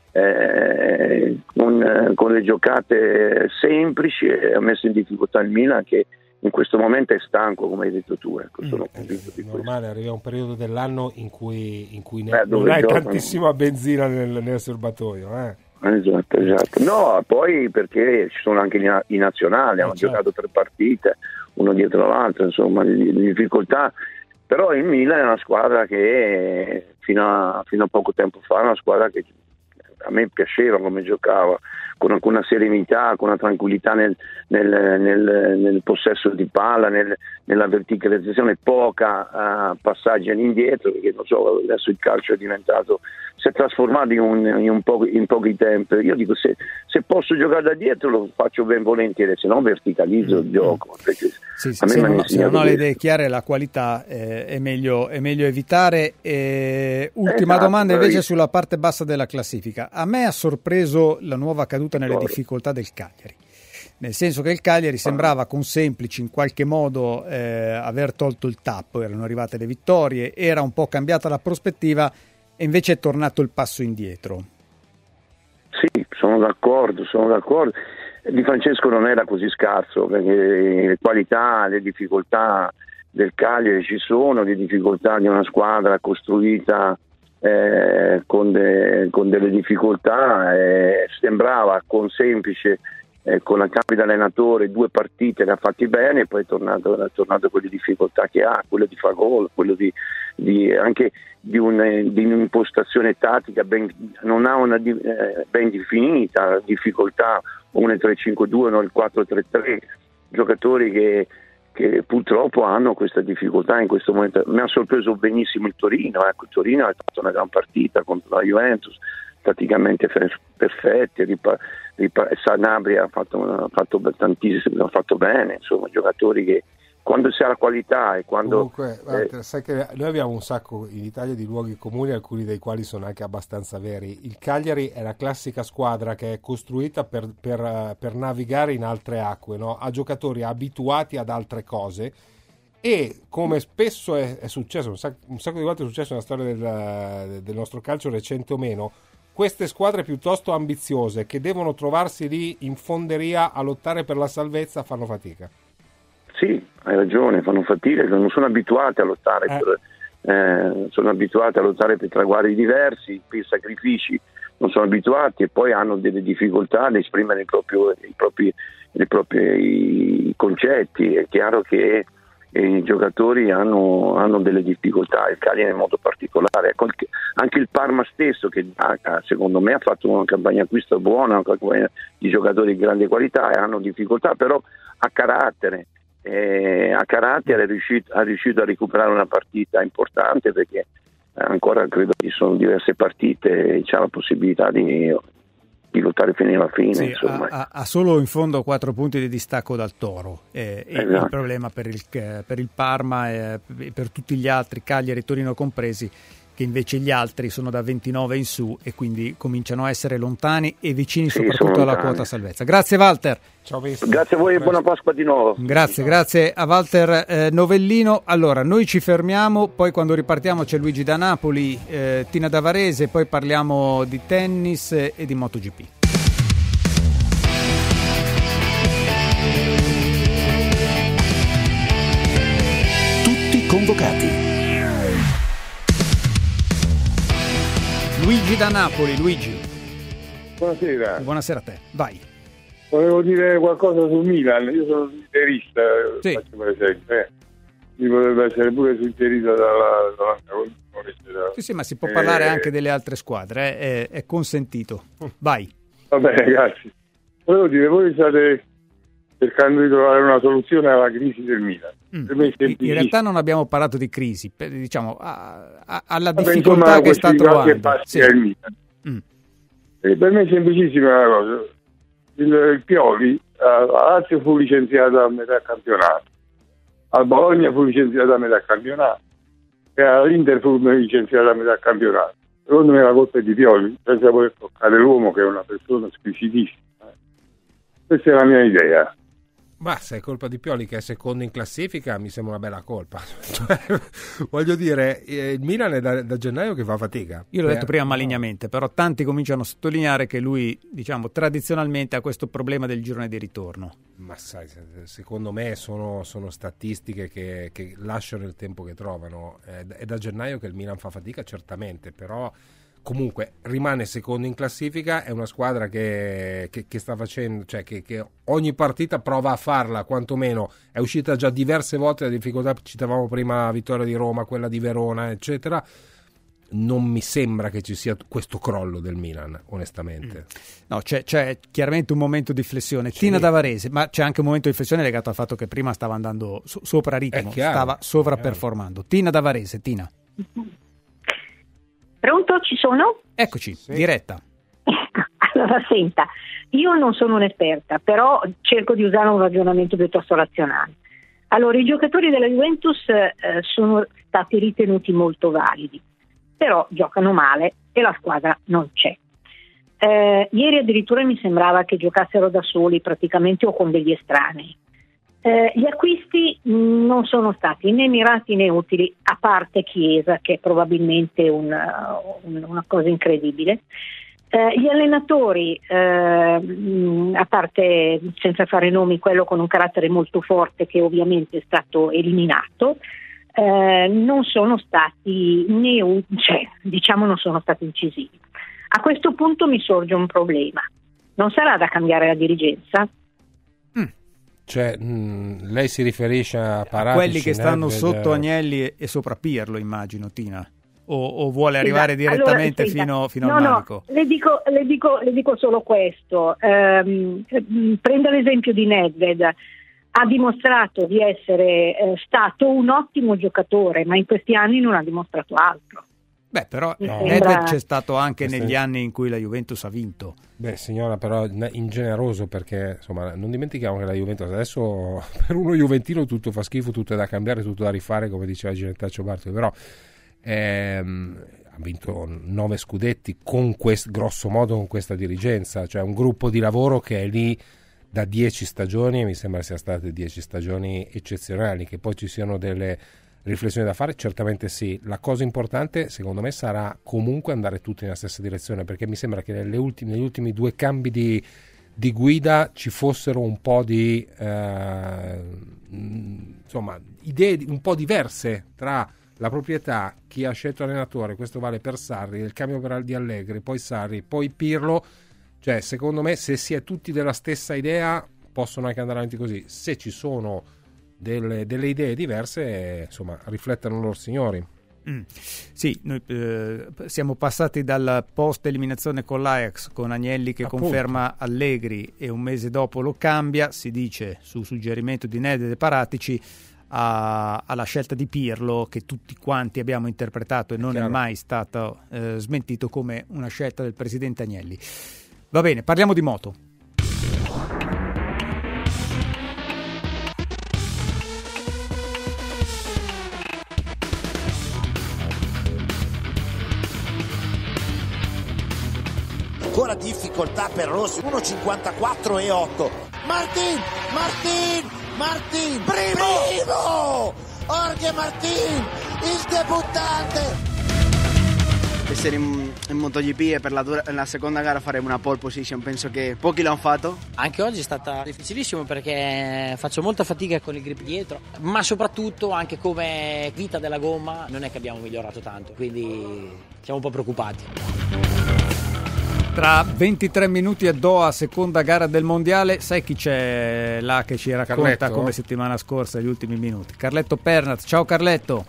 con le giocate semplici, e ha messo in difficoltà il Milan, che in questo momento è stanco, come hai detto tu. Sono convinto di questo. Normale, arriva un periodo dell'anno in cui non hai tantissima benzina nel serbatoio. Esatto. No, poi perché ci sono anche i nazionali, hanno giocato 3 partite, uno dietro l'altro, insomma, di difficoltà. Però il Milan è una squadra che fino a poco tempo fa è una squadra che a me piaceva come giocava, con una serenità, con una tranquillità nel possesso di palla, nella verticalizzazione, poca passaggi all'indietro, perché non so, adesso il calcio si è trasformato in pochi tempi. Io dico, se posso giocare da dietro lo faccio ben volentieri, se no verticalizzo il gioco, perché se non ho le idee chiare, la qualità è meglio evitare. Ultima domanda invece sulla parte bassa della classifica. A me ha sorpreso la nuova caduta nelle difficoltà del Cagliari, nel senso che il Cagliari sembrava con Semplici in qualche modo aver tolto il tappo, erano arrivate le vittorie, era un po' cambiata la prospettiva e invece è tornato il passo indietro. Sì, sono d'accordo. Di Francesco non era così scarso, perché le qualità, le difficoltà del Cagliari ci sono, le difficoltà di una squadra costruita con delle difficoltà, sembrava con Semplice, con la cambio di allenatore, 2 partite le ha fatti bene, e poi è tornato quelle difficoltà che ha, quello di far gol, quello anche di un'impostazione tattica non ha una ben definita, difficoltà, uno il 3-5-2, uno il 4-3-3, giocatori che purtroppo hanno questa difficoltà in questo momento. Mi ha sorpreso benissimo il Torino, il Torino ha fatto una gran partita contro la Juventus, praticamente perfetti, Sanabria ha fatto tantissimo, ha fatto bene, insomma, giocatori che quando si ha la qualità e quando... Comunque, sai che noi abbiamo un sacco in Italia di luoghi comuni, alcuni dei quali sono anche abbastanza veri. Il Cagliari è la classica squadra che è costruita per navigare in altre acque, no? Ha giocatori abituati ad altre cose, e come spesso è successo, un sacco di volte è successo nella storia del nostro calcio, recente o meno, queste squadre piuttosto ambiziose che devono trovarsi lì in fonderia a lottare per la salvezza fanno fatica. Sì, hai ragione, fanno fatica, non sono abituati a lottare sono abituati a lottare per traguardi diversi, per sacrifici, non sono abituati, e poi hanno delle difficoltà ad esprimere i propri concetti. È chiaro che i giocatori hanno delle difficoltà, il Cagliari in modo particolare, anche il Parma stesso, che secondo me ha fatto una campagna acquisto buona, una campagna di giocatori di grande qualità, e hanno difficoltà, però a carattere è riuscito a recuperare una partita importante, perché ancora credo ci sono diverse partite e c'ha la possibilità di lottare fino alla fine. Sì, ha solo in fondo 4 punti di distacco dal Toro, il problema per il Parma e per tutti gli altri, Cagliari e Torino compresi, che invece gli altri sono da 29 in su e quindi cominciano a essere lontani e vicini soprattutto alla quota salvezza. Grazie Walter. Ciao, grazie a voi e buona Pasqua di nuovo. Grazie a Walter Novellino. Allora, noi ci fermiamo, poi quando ripartiamo c'è Luigi da Napoli, Tina da Varese, poi parliamo di tennis e di MotoGP. Tutti convocati. Luigi da Napoli. Luigi. Buonasera. Buonasera a te, vai. Volevo dire qualcosa sul Milan, io sono interista, faccio per esempio, mi potrebbe essere pure suggerito dalla Sì, ma si può parlare anche delle altre squadre, è consentito. Vai. Va bene, grazie. Volevo dire, voi state cercando di trovare una soluzione alla crisi del Milan. Per me in realtà non abbiamo parlato di crisi, diciamo alla difficoltà che sta trovando. Il Milan. Per me è semplicissima la cosa. Il Pioli a Lazio fu licenziato a metà campionato, al Bologna fu licenziato a metà campionato e all'Inter fu licenziato a metà campionato. Secondo me la colpa è di Pioli, senza voler toccare l'uomo, che è una persona squisitissima. Questa è la mia idea. Ma se è colpa di Pioli che è secondo in classifica, mi sembra una bella colpa. Voglio dire, il Milan è da gennaio che fa fatica. Io l'ho detto prima malignamente, però tanti cominciano a sottolineare che lui, diciamo, tradizionalmente ha questo problema del girone di ritorno. Ma sai, secondo me sono statistiche che lasciano il tempo che trovano. È da gennaio che il Milan fa fatica, certamente, però comunque rimane secondo in classifica, è una squadra che sta facendo, cioè che ogni partita prova a farla, quantomeno è uscita già diverse volte da difficoltà, citavamo prima la vittoria di Roma, quella di Verona, eccetera. non mi sembra che ci sia questo crollo del Milan, onestamente. No, c'è chiaramente un momento di flessione. Tina da Varese, ma c'è anche un momento di flessione legato al fatto che prima stava andando sopra ritmo, stava sovraperformando. Tina da Varese, Tina. Pronto, ci sono? Eccoci, diretta. Allora, senta, io non sono un'esperta, però cerco di usare un ragionamento piuttosto razionale. Allora, i giocatori della Juventus sono stati ritenuti molto validi, però giocano male e la squadra non c'è. Ieri addirittura mi sembrava che giocassero da soli praticamente o con degli estranei. Gli acquisti non sono stati né mirati né utili, a parte Chiesa, che è probabilmente una cosa incredibile. Gli allenatori, a parte, senza fare nomi, quello con un carattere molto forte che ovviamente è stato eliminato, non sono stati non sono stati incisivi. A questo punto mi sorge un problema. Non sarà da cambiare la dirigenza? Cioè, lei si riferisce a Paratici, quelli che stanno sotto Agnelli e sopra Pirlo, immagino, Tina? O vuole arrivare direttamente fino al manico? No, le dico solo questo. Prenda l'esempio di Nedved. Ha dimostrato di essere stato un ottimo giocatore, ma in questi anni non ha dimostrato altro. Beh, però Nedved c'è stato anche negli anni in cui la Juventus ha vinto. Beh, signora, però ingeneroso, perché insomma non dimentichiamo che la Juventus adesso per uno juventino tutto fa schifo, tutto è da cambiare, tutto da rifare, come diceva Ginettaccio Bartoli, però ha vinto 9 scudetti grosso modo con questa dirigenza, cioè un gruppo di lavoro che è lì da 10 stagioni e mi sembra siano state 10 stagioni eccezionali. Che poi ci siano delle riflessioni da fare, certamente sì. La cosa importante secondo me sarà comunque andare tutti nella stessa direzione, perché mi sembra che negli ultimi 2 cambi di guida ci fossero un po' di idee un po' diverse tra la proprietà, chi ha scelto allenatore. Questo vale per Sarri, il cambio di Allegri, poi Sarri, poi Pirlo. Cioè, secondo me, se si è tutti della stessa idea, possono anche andare avanti così. Se ci sono delle idee diverse, insomma, riflettano loro signori. Sì, noi siamo passati dal post eliminazione con l'Ajax, con Agnelli che conferma Allegri e un mese dopo lo cambia, si dice su suggerimento di Nedved e Paratici, alla scelta di Pirlo, che tutti quanti abbiamo interpretato e non è mai stato smentito come una scelta del presidente Agnelli. Va bene, parliamo di moto. Ancora difficoltà per Rossi, 1.54.8. Martin, primo! Jorge Martin, il debuttante. Essere in MotoGP e per la seconda gara faremo una pole position, penso che pochi l'hanno fatto. Anche oggi è stata difficilissimo perché faccio molta fatica con il grip dietro, ma soprattutto anche come vita della gomma non è che abbiamo migliorato tanto, quindi siamo un po' preoccupati. Tra 23 minuti a Doha, seconda gara del mondiale. Sai chi c'è là che ci racconta Carletto? Come settimana scorsa gli ultimi minuti? Carletto Pernat. Ciao Carletto.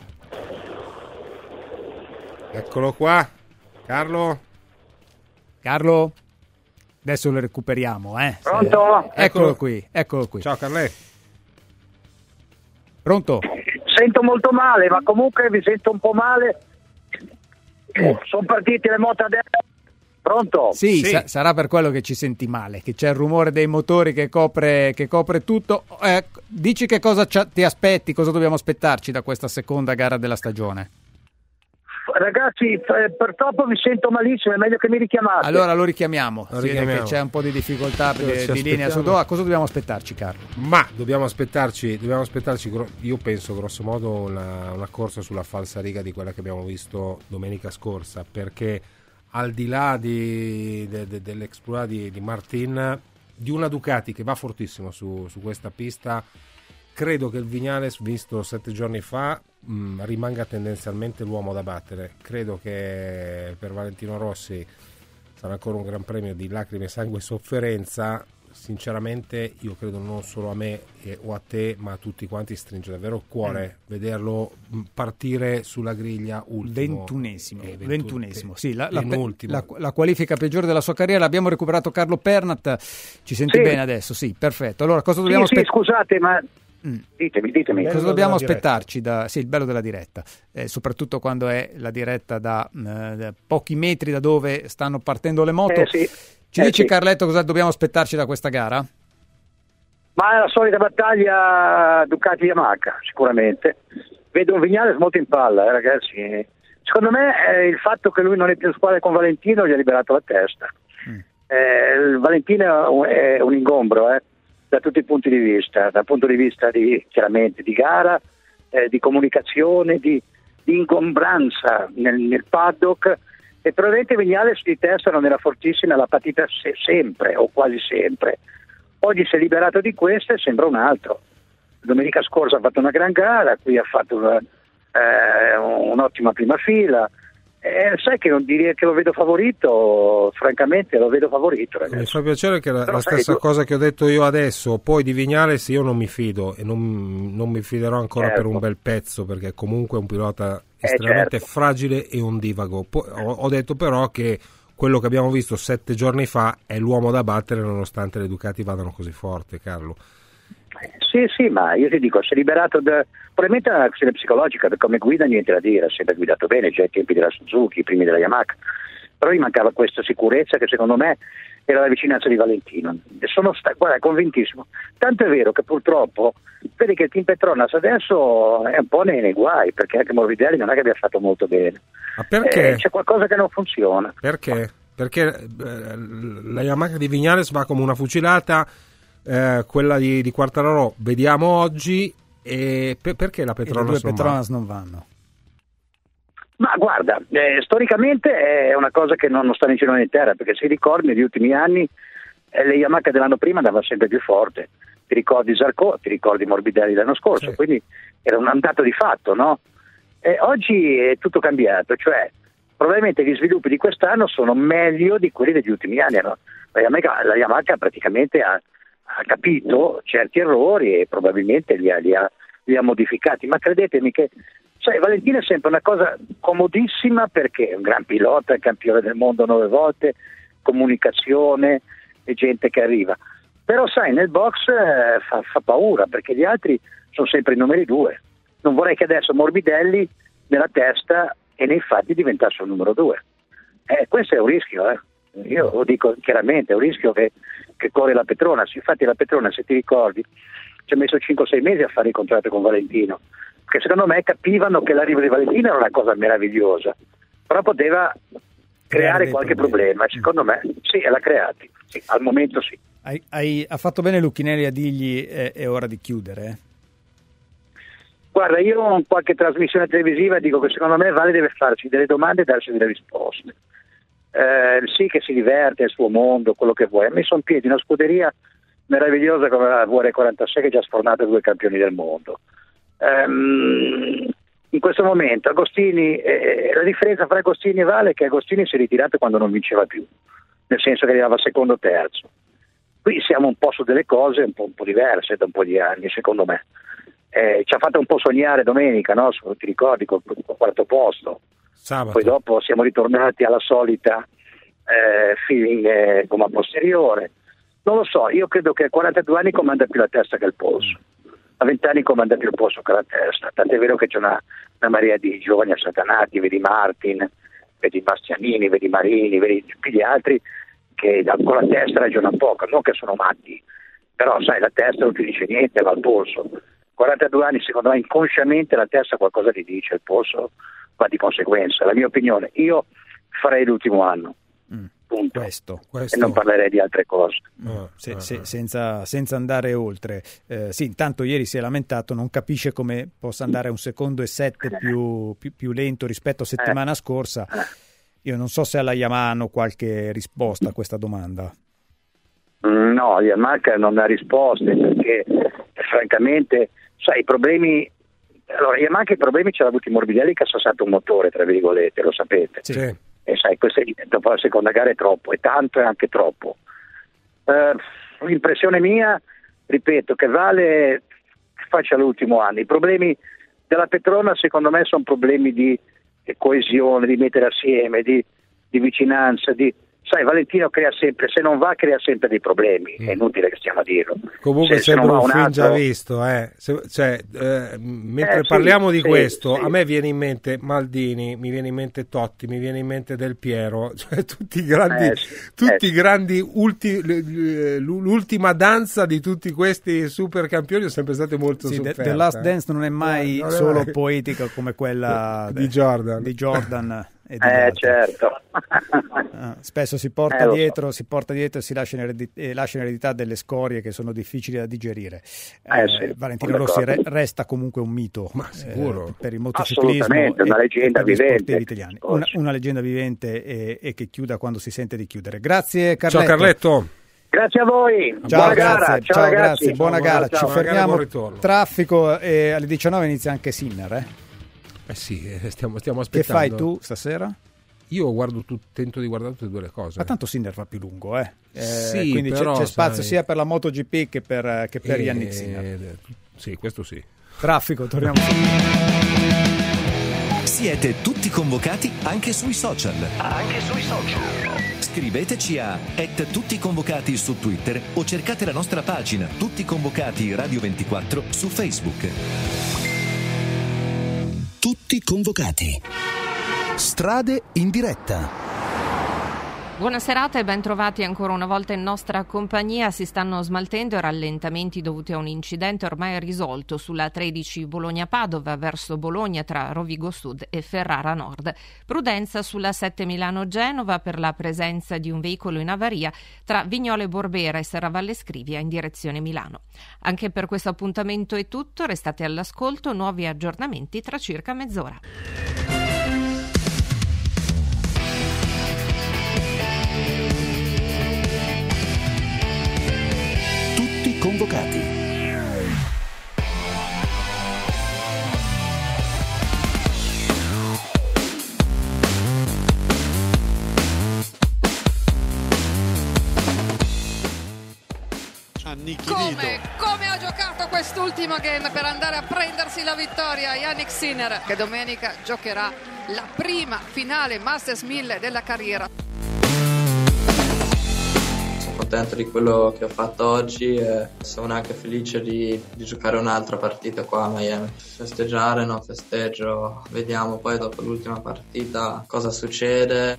Eccolo qua, Carlo. Adesso lo recuperiamo, Pronto? Eccolo qui. Ciao Carletto. Pronto? Sento molto male, ma comunque vi sento un po' male. Sono partite le moto adesso. Pronto? Sì. Sarà per quello che ci senti male, che c'è il rumore dei motori che copre tutto. Dici che cosa ti aspetti, cosa dobbiamo aspettarci da questa seconda gara della stagione? Ragazzi, purtroppo mi sento malissimo, è meglio che mi richiamate. Allora lo richiamiamo. Si vede che c'è un po' di difficoltà di linea su Doha. Cosa dobbiamo aspettarci, Carlo? Ma dobbiamo aspettarci, io penso grosso modo una corsa sulla falsariga di quella che abbiamo visto domenica scorsa, perché al di là dell'exploit di Martin, di una Ducati che va fortissimo su questa pista, credo che il Viñales, visto 7 giorni fa, rimanga tendenzialmente l'uomo da battere. Credo che per Valentino Rossi sarà ancora un gran premio di lacrime, sangue e sofferenza. sinceramente io credo non solo a me o a te, ma a tutti quanti stringe davvero il cuore vederlo partire sulla griglia ultimo. 21esimo. Sì, la qualifica peggiore della sua carriera. Abbiamo recuperato Carlo Pernat, ci senti bene adesso? Sì, perfetto. Allora cosa dobbiamo scusate, ma ditemi. Cosa dobbiamo aspettarci il bello della diretta, soprattutto quando è la diretta da pochi metri da dove stanno partendo le moto. Ci dici Carletto cosa dobbiamo aspettarci da questa gara? Ma è la solita battaglia Ducati-Yamaha, sicuramente. Vedo un Viñales molto in palla, ragazzi. Secondo me il fatto che lui non è più in squadra con Valentino gli ha liberato la testa. Valentino è un ingombro, da tutti i punti di vista, dal punto di vista chiaramente di gara, di comunicazione, di ingombranza nel paddock, e probabilmente Viñales di testa non era fortissima, la partita sempre o quasi sempre. Oggi si è liberato di questa e sembra un altro. Domenica scorsa ha fatto una gran gara, qui ha fatto un'ottima prima fila. Sai che non direi che lo vedo favorito, francamente lo vedo favorito, ragazzi. Mi fa piacere che la stessa cosa che ho detto io adesso, poi di Viñales io non mi fido e non mi fiderò ancora per un bel pezzo, perché comunque è un pilota estremamente fragile e ondivago. Ho detto però che quello che abbiamo visto 7 giorni fa è l'uomo da battere, nonostante le Ducati vadano così forte, Carlo. Sì, ma io ti dico, si è liberato probabilmente è una questione psicologica, perché come guida niente da dire, ha sempre guidato bene, già ai tempi della Suzuki, i primi della Yamaha, però gli mancava questa sicurezza che secondo me era la vicinanza di Valentino. Sono convintissimo, tanto è vero che purtroppo vedi che il team Petronas adesso è un po' nei guai, perché anche Morbidelli non è che abbia fatto molto bene. Ma perché? C'è qualcosa che non funziona. Perché? Perché la Yamaha di Viñales va come una fucilata, quella di Quartararo vediamo oggi, e perché la Petronas non vanno? Ma guarda, storicamente è una cosa che non sta né in cielo né in terra, perché se ricordi negli ultimi anni le Yamaha dell'anno prima andavano sempre più forte. Ti ricordi Zarco, ti ricordi Morbidelli l'anno scorso, quindi era un dato di fatto, no? Oggi è tutto cambiato, cioè probabilmente gli sviluppi di quest'anno sono meglio di quelli degli ultimi anni, no? La Yamaha praticamente ha capito certi errori e probabilmente li ha modificati, ma credetemi che Valentino è sempre una cosa comodissima, perché è un gran pilota, è campione del mondo 9 volte, comunicazione e gente che arriva, però nel box fa paura, perché gli altri sono sempre i numeri 2. Non vorrei che adesso Morbidelli nella testa e nei fatti diventasse un numero 2. Questo è un rischio, io lo dico chiaramente, è un rischio che corre la Petronas. Infatti la Petronas, se ti ricordi, ci ha messo 5-6 mesi a fare il contratto con Valentino, perché secondo me capivano che l'arrivo di Valentino era una cosa meravigliosa, però poteva creare qualche problema. Secondo me sì, l'ha creati, sì, al momento sì. Ha fatto bene Lucchinelli a dirgli è ora di chiudere? Guarda, io in qualche trasmissione televisiva dico che secondo me Vale deve farci delle domande e darci delle risposte. Sì, che si diverte, è il suo mondo, quello che vuoi. Ha messo in piedi una scuderia meravigliosa come la VR46, che ha già sfornato 2 campioni del mondo. In questo momento Agostini, la differenza fra Agostini e Vale è che Agostini si è ritirato quando non vinceva più, nel senso che arrivava secondo o terzo. Qui siamo un po' su delle cose un po' diverse da un po' di anni, secondo me. Ci ha fatto un po' sognare domenica, no? Ti ricordi, col 4° posto. Sabato. Poi dopo siamo ritornati alla solita feeling come a posteriore. Non lo so, io credo che a 42 anni comanda più la testa che il polso. A 20 anni comanda più il polso che la testa. Tant'è vero che c'è una marea di giovani assatanati, vedi Martin, vedi Bastianini, vedi Marini, vedi tutti gli altri che con la testa ragionano poco, non che sono matti, però la testa non ti dice niente, va al polso. 42 anni, secondo me, inconsciamente la testa qualcosa ti dice, il polso va di conseguenza. La mia opinione, io farei l'ultimo anno, punto. Questo. E non parlerei di altre cose. Senza andare oltre. Sì, intanto ieri si è lamentato, non capisce come possa andare a 1 secondo e 7 più lento rispetto a settimana scorsa. Io non so se alla Yamaha hanno qualche risposta a questa domanda. No, Yamaha non ha risposte, perché francamente i problemi. Allora, Yamaha i problemi ce l'ha avuti Morbidelli, che ha sassato un motore, tra virgolette, lo sapete. Sì. E questo dopo la seconda gara è troppo, è tanto e anche troppo. l'impressione mia, ripeto, che Vale faccia l'ultimo anno. I problemi della Petrona secondo me sono problemi di coesione, di mettere assieme, di vicinanza, sai, Valentino crea sempre, se non va crea sempre dei problemi, è inutile che stiamo a dirlo. Comunque sembra un film già visto, mentre parliamo di questo, a me viene in mente Maldini, mi viene in mente Totti, mi viene in mente Del Piero, cioè tutti i grandi l'ultima danza di tutti questi super campioni sono sempre state molto sofferta. The Last Dance non è mai solo poetica come quella di Jordan. Certo. Spesso si porta dietro e si lascia in eredità delle scorie che sono difficili da digerire. Valentino Rossi resta comunque un mito, per il motociclismo e una leggenda vivente italiani. Una leggenda vivente e che chiuda quando si sente di chiudere. Grazie Carletto. Ciao Carletto. Grazie a voi. Ciao, Ciao ragazzi, buona gara. Ciao, ci fermiamo. Traffico e alle 19 inizia anche Sinner. Sì, stiamo aspettando. Che fai tu stasera? Io tento di guardare tutte e due le cose. Ma tanto Sinner va più lungo, Sì, quindi però, c'è spazio sia per la MotoGP che per Yannick Sinner. Sì, questo sì. Traffico, torniamo Siete tutti convocati anche sui social. Scriveteci a @tutticonvocati su Twitter o cercate la nostra pagina Tutti Convocati Radio 24 su Facebook. Tutti convocati. Strade in diretta. Buona serata e ben trovati ancora una volta in nostra compagnia. Si stanno smaltendo i rallentamenti dovuti a un incidente ormai risolto sulla 13 Bologna-Padova verso Bologna tra Rovigo Sud e Ferrara Nord. Prudenza sulla 7 Milano-Genova per la presenza di un veicolo in avaria tra Vignole Borbera e Serravalle Scrivia in direzione Milano. Anche per questo appuntamento è tutto, restate all'ascolto, nuovi aggiornamenti tra circa mezz'ora. Convocati. Come ha giocato quest'ultimo game per andare a prendersi la vittoria Yannick Sinner, che domenica giocherà la prima finale Masters 1000 della carriera. Contento di quello che ho fatto oggi e sono anche felice di giocare un'altra partita qua a Miami. Festeggiare, non festeggio, vediamo poi dopo l'ultima partita cosa succede.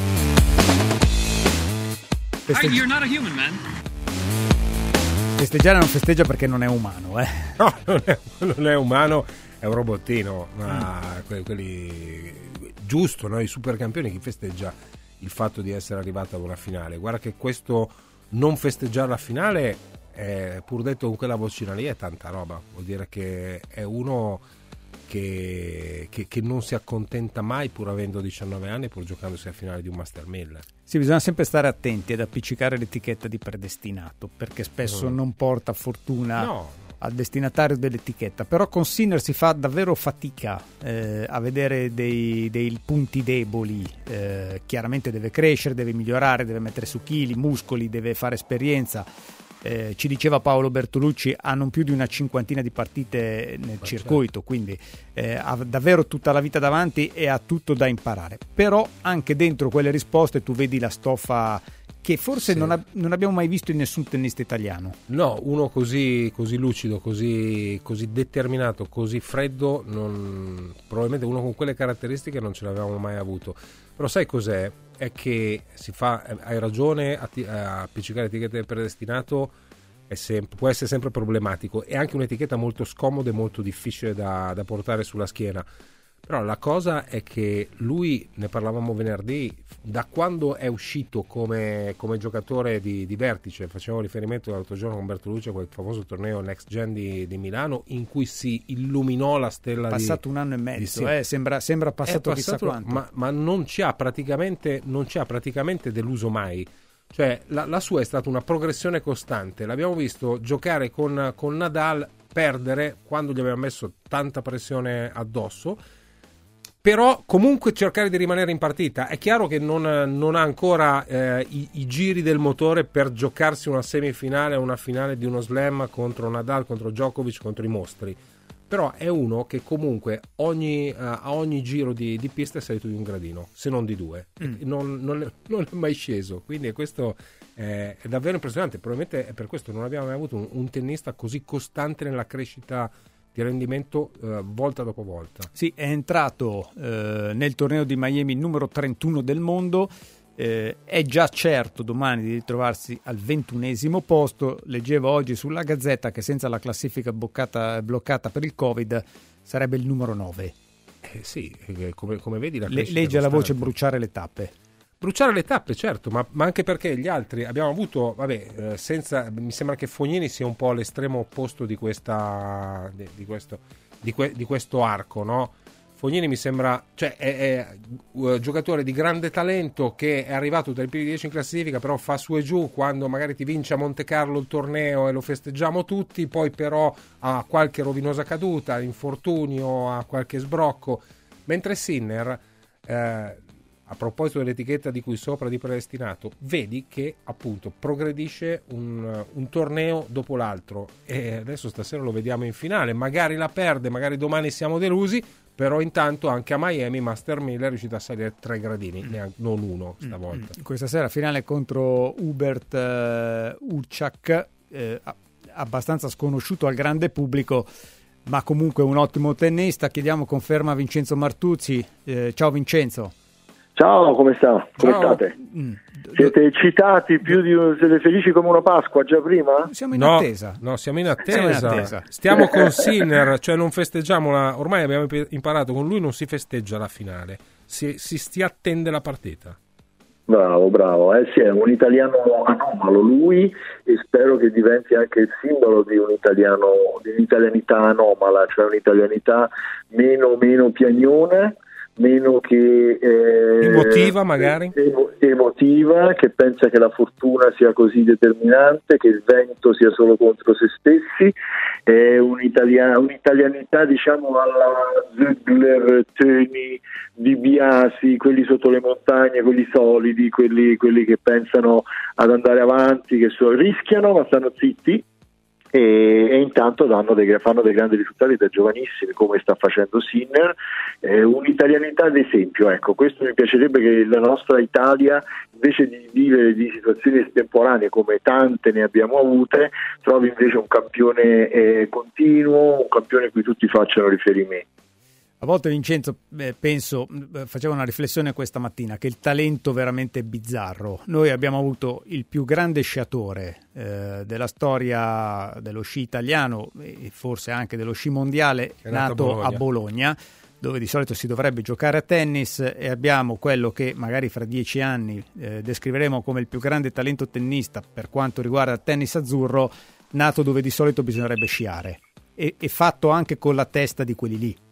You're not a human, man. Festeggiare non festeggia perché non è umano, No, non è umano, è un robottino, ma quelli giusto, no? I supercampioni, chi festeggia il fatto di essere arrivato ad una finale? Guarda che questo non festeggiare la finale, pur detto con quella vocina lì, è tanta roba. Vuol dire che è uno che non si accontenta mai, pur avendo 19 anni, pur giocandosi a finale di un Master 1000. Sì, bisogna sempre stare attenti ad appiccicare l'etichetta di predestinato, perché spesso non porta fortuna al destinatario dell'etichetta. Però con Sinner si fa davvero fatica a vedere dei punti deboli. Chiaramente deve crescere, deve migliorare, deve mettere su chili, muscoli, deve fare esperienza. Ci diceva Paolo Bertolucci, ha non più di una cinquantina di partite nel circuito, quindi ha davvero tutta la vita davanti e ha tutto da imparare. Però anche dentro quelle risposte tu vedi la stoffa che forse non abbiamo mai visto in nessun tennista italiano. No, uno così lucido, così determinato, così freddo, probabilmente uno con quelle caratteristiche non ce l'avevamo mai avuto. Però sai cos'è? È che hai ragione, a appiccicare etichette del predestinato può essere sempre problematico, è anche un'etichetta molto scomoda e molto difficile da portare sulla schiena. Però la cosa è che lui, ne parlavamo venerdì, da quando è uscito come giocatore di vertice, facevo riferimento l'altro giorno con Bertolucci a quel famoso torneo Next Gen di Milano, in cui si illuminò la stella. Passato un anno e mezzo, sembra passato chissà quanto. Ma non ci ha praticamente deluso mai. Cioè la sua è stata una progressione costante. L'abbiamo visto giocare con Nadal, perdere quando gli aveva messo tanta pressione addosso, però comunque cercare di rimanere in partita. È chiaro che non ha ancora i giri del motore per giocarsi una semifinale o una finale di uno slam contro Nadal, contro Djokovic, contro i mostri, però è uno che comunque a ogni giro di pista è salito di un gradino, se non di 2, non è mai sceso, quindi questo è davvero impressionante. Probabilmente è per questo non abbiamo mai avuto un tennista così costante nella crescita di rendimento volta dopo volta. Sì, è entrato nel torneo di Miami numero 31 del mondo, è già certo domani di ritrovarsi al 21esimo posto. Leggevo oggi sulla Gazzetta che senza la classifica bloccata per il Covid sarebbe il numero 9. Sì, come vedi legge la voce bruciare le tappe. Bruciare le tappe, certo, ma anche perché gli altri abbiamo avuto, mi sembra che Fognini sia un po' l'estremo opposto di questo arco, no? Fognini mi sembra, è un giocatore di grande talento che è arrivato dai primi 10 in classifica, però fa su e giù quando magari ti vince a Monte Carlo il torneo e lo festeggiamo tutti, poi però ha qualche rovinosa caduta, infortunio, ha qualche sbrocco, mentre Sinner, a proposito dell'etichetta di cui sopra di predestinato, vedi che appunto progredisce un torneo dopo l'altro, e adesso stasera lo vediamo in finale, magari la perde, magari domani siamo delusi, però intanto anche a Miami Master 1000 è riuscito a salire 3 gradini, non 1 stavolta. Questa sera finale contro Hubert Hurkacz, abbastanza sconosciuto al grande pubblico, ma comunque un ottimo tennista. Chiediamo conferma a Vincenzo Martuzzi. Ciao Vincenzo. Ciao, come sta? Come state? Siete eccitati siete felici come una Pasqua già prima? Siamo in attesa. No, siamo in attesa. Stiamo con Sinner, cioè non festeggiamo ormai abbiamo imparato, con lui non si festeggia la finale, si attende la partita. Bravo, sì, è un italiano anomalo lui, e spero che diventi anche il simbolo di un'italianità anomala, cioè un'italianità meno piagnone, meno che emotiva, magari emotiva, che pensa che la fortuna sia così determinante, che il vento sia solo contro se stessi. È un'italianità diciamo alla Ziegler, Töni, Di Biasi, quelli sotto le montagne, quelli solidi, quelli che pensano ad andare avanti, che rischiano ma stanno zitti. E intanto fanno dei grandi risultati da giovanissimi, come sta facendo Sinner, un'italianità d'esempio. Ecco, questo mi piacerebbe che la nostra Italia, invece di vivere di situazioni estemporanee come tante ne abbiamo avute, trovi invece un campione continuo, un campione a cui tutti facciano riferimento. A volte, Vincenzo, facevo una riflessione questa mattina, che il talento veramente è bizzarro. Noi abbiamo avuto il più grande sciatore della storia dello sci italiano e forse anche dello sci mondiale, nato a Bologna, dove di solito si dovrebbe giocare a tennis, e abbiamo quello che magari fra 10 anni descriveremo come il più grande talento tennista per quanto riguarda il tennis azzurro, nato dove di solito bisognerebbe sciare, e fatto anche con la testa di quelli lì.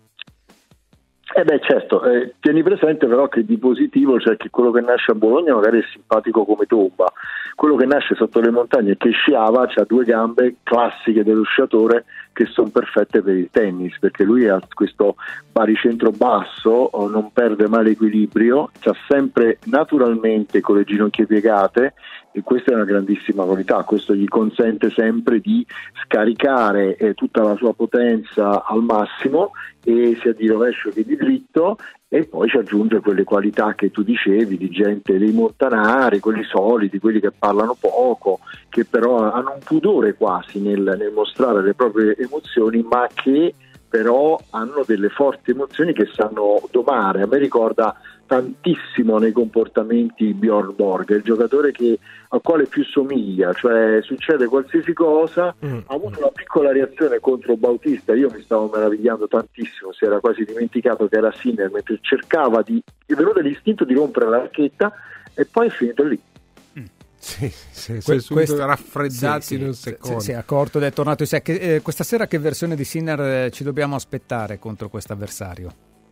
Certo, tieni presente però che di positivo c'è che quello che nasce a Bologna magari è simpatico come tomba, quello che nasce sotto le montagne e che sciava c'ha 2 gambe classiche dello sciatore che sono perfette per il tennis, perché lui ha questo baricentro basso, non perde mai l'equilibrio, c'ha sempre naturalmente con le ginocchia piegate, e questa è una grandissima qualità. Questo gli consente sempre di scaricare tutta la sua potenza al massimo, e sia di rovescio che di dritto, e poi ci aggiunge quelle qualità che tu dicevi di gente, dei montanari, quelli solidi, quelli che parlano poco, che però hanno un pudore quasi nel mostrare le proprie emozioni, ma che però hanno delle forti emozioni che sanno domare. A me ricorda tantissimo nei comportamenti Björn Borg, il giocatore al quale più somiglia, cioè succede qualsiasi cosa, ha avuto una piccola reazione contro Bautista, io mi stavo meravigliando tantissimo, si era quasi dimenticato che era Sinner, mentre cercava è venuto l'istinto di rompere la racchetta, e poi è finito lì. Subito raffreddati in un secondo. Si è accorto ed è tornato in sé. Questa sera che versione di Sinner ci dobbiamo aspettare contro questo avversario?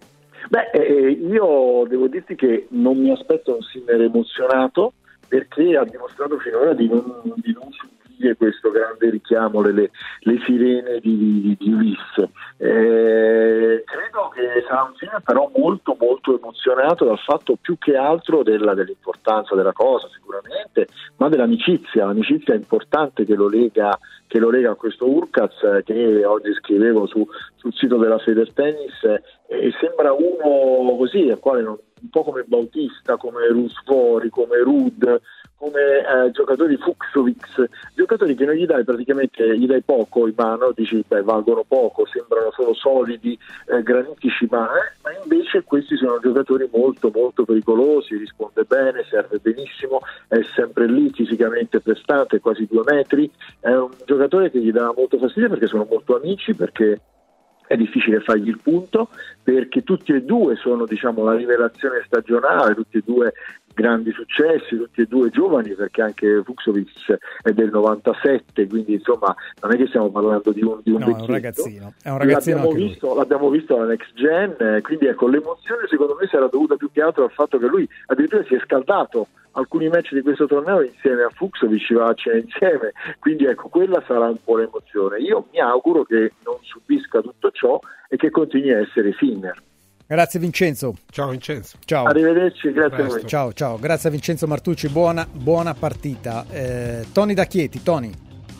Io devo dirti che non mi aspetto un Sinner emozionato, perché ha dimostrato finora di non soffrire figlie questo grande richiamo, le sirene di Ulisse. Credo che sarà un film però molto molto emozionato dal fatto più che altro dell'importanza della cosa sicuramente, ma dell'amicizia. L'amicizia è importante che lo lega a questo Urkaz, che oggi scrivevo sul sito della Federtennis, e sembra uno così al quale un po' come Bautista, come Rusvori, come Rud, come giocatori Fucsovics, giocatori che non gli dai poco in mano, dici valgono poco, sembrano solo solidi, granitici, ma invece questi sono giocatori molto molto pericolosi, risponde bene, serve benissimo, è sempre lì, fisicamente prestante, quasi 2 metri, è un giocatore che gli dà molto fastidio perché sono molto amici, perché è difficile fargli il punto, perché tutti e due sono la rivelazione stagionale, tutti e due grandi successi, tutti e due giovani, perché anche Fucsovics è del 97, quindi insomma non è che stiamo parlando di un vecchietto. È un ragazzino l'abbiamo visto alla Next Gen, quindi ecco, l'emozione secondo me sarà dovuta più che altro al fatto che lui addirittura si è scaldato alcuni match di questo torneo insieme a Fucsovic, va a cena insieme, quindi ecco, quella sarà un po' l'emozione. Io mi auguro che non subisca tutto ciò e che continui a essere Sinner. Grazie Vincenzo. Ciao Vincenzo. Ciao. Arrivederci, grazie a voi. Ciao, grazie a Vincenzo Martucci, buona partita. Tony da Chieti, Tony?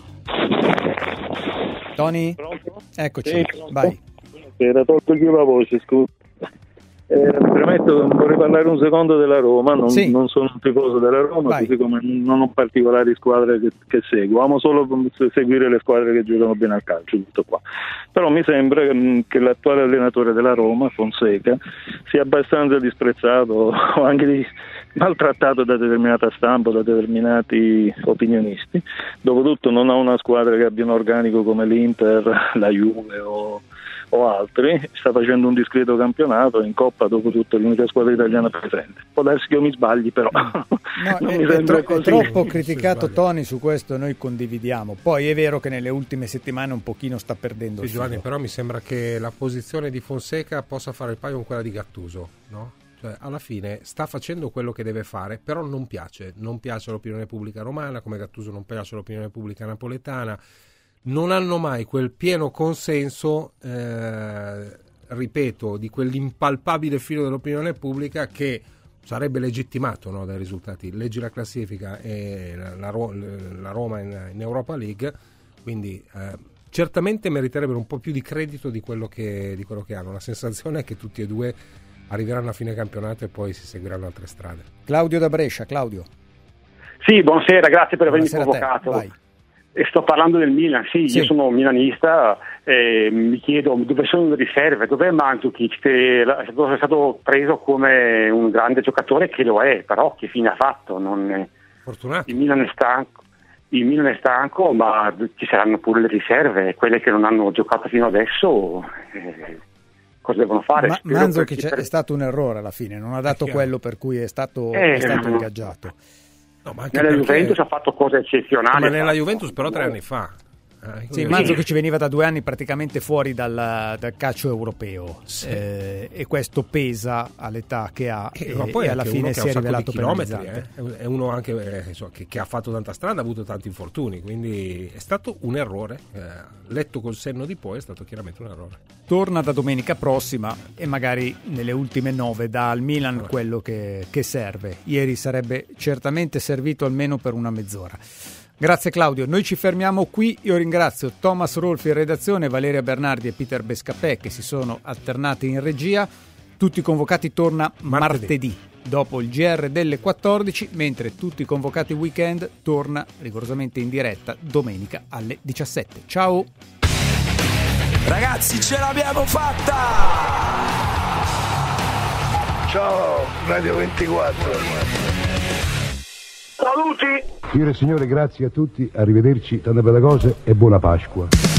Pronto? Eccoci, sì, vai. Era tolto io la voce, scusa. Premetto, vorrei parlare un secondo della Roma, non sono un tifoso della Roma, così come non ho particolari squadre che seguo, amo solo seguire le squadre che giocano bene al calcio, tutto qua. Però mi sembra che l'attuale allenatore della Roma, Fonseca, sia abbastanza disprezzato o anche maltrattato da determinata stampa, da determinati opinionisti. Dopotutto non ha una squadra che abbia un organico come l'Inter, la Juve o altri, sta facendo un discreto campionato in Coppa, dopo tutto l'unica squadra italiana presente. Può darsi che io mi sbagli, però è troppo criticato Tony, su questo noi condividiamo. Poi è vero che nelle ultime settimane un pochino sta perdendo. Sì, Giovanni, però mi sembra che la posizione di Fonseca possa fare il paio con quella di Gattuso, no? Cioè, alla fine sta facendo quello che deve fare, però non piace all'opinione pubblica romana, come Gattuso non piace all'opinione pubblica napoletana. Non hanno mai quel pieno consenso, ripeto, di quell'impalpabile filo dell'opinione pubblica che sarebbe legittimato, no, dai risultati. Leggi la classifica e la Roma in Europa League, quindi certamente meriterebbero un po' più di credito di quello che hanno. La sensazione è che tutti e due arriveranno a fine campionato e poi si seguiranno altre strade. Claudio da Brescia. Claudio. Sì, buonasera, grazie per avermi convocato. E sto parlando del Milan, sì, io sono milanista, mi chiedo dove sono le riserve, dov'è Mandzukic, che è stato preso come un grande giocatore, che lo è, però che fine ha fatto? Fortunato. Il Milan è stanco, ma ci saranno pure le riserve, quelle che non hanno giocato fino adesso, cosa devono fare? Mandzukic è stato un errore alla fine, non ha dato quello per cui è stato ingaggiato. No, ma nella Juventus ha fatto cose eccezionali. Ma nella Juventus però 3 anni fa. Sì, Mandzukic ci veniva da 2 anni praticamente fuori dal calcio europeo, e questo pesa all'età che ha, ma poi alla fine si è rivelato penalizzante. È uno anche che ha fatto tanta strada, ha avuto tanti infortuni, quindi è stato un errore, letto col senno di poi è stato chiaramente un errore. Torna da domenica prossima e magari nelle ultime 9 dà al Milan quello che serve. Ieri sarebbe certamente servito almeno per una mezz'ora. Grazie Claudio, noi ci fermiamo qui. Io ringrazio Thomas Rolfi in redazione, Valeria Bernardi e Peter Bescapè che si sono alternati in regia. Tutti convocati torna martedì dopo il GR delle 14, mentre Tutti convocati weekend torna rigorosamente in diretta domenica alle 17. Ciao! Ragazzi, ce l'abbiamo fatta! Ciao Radio 24. Saluti! Signore e signore, grazie a tutti, arrivederci, tante belle cose e buona Pasqua.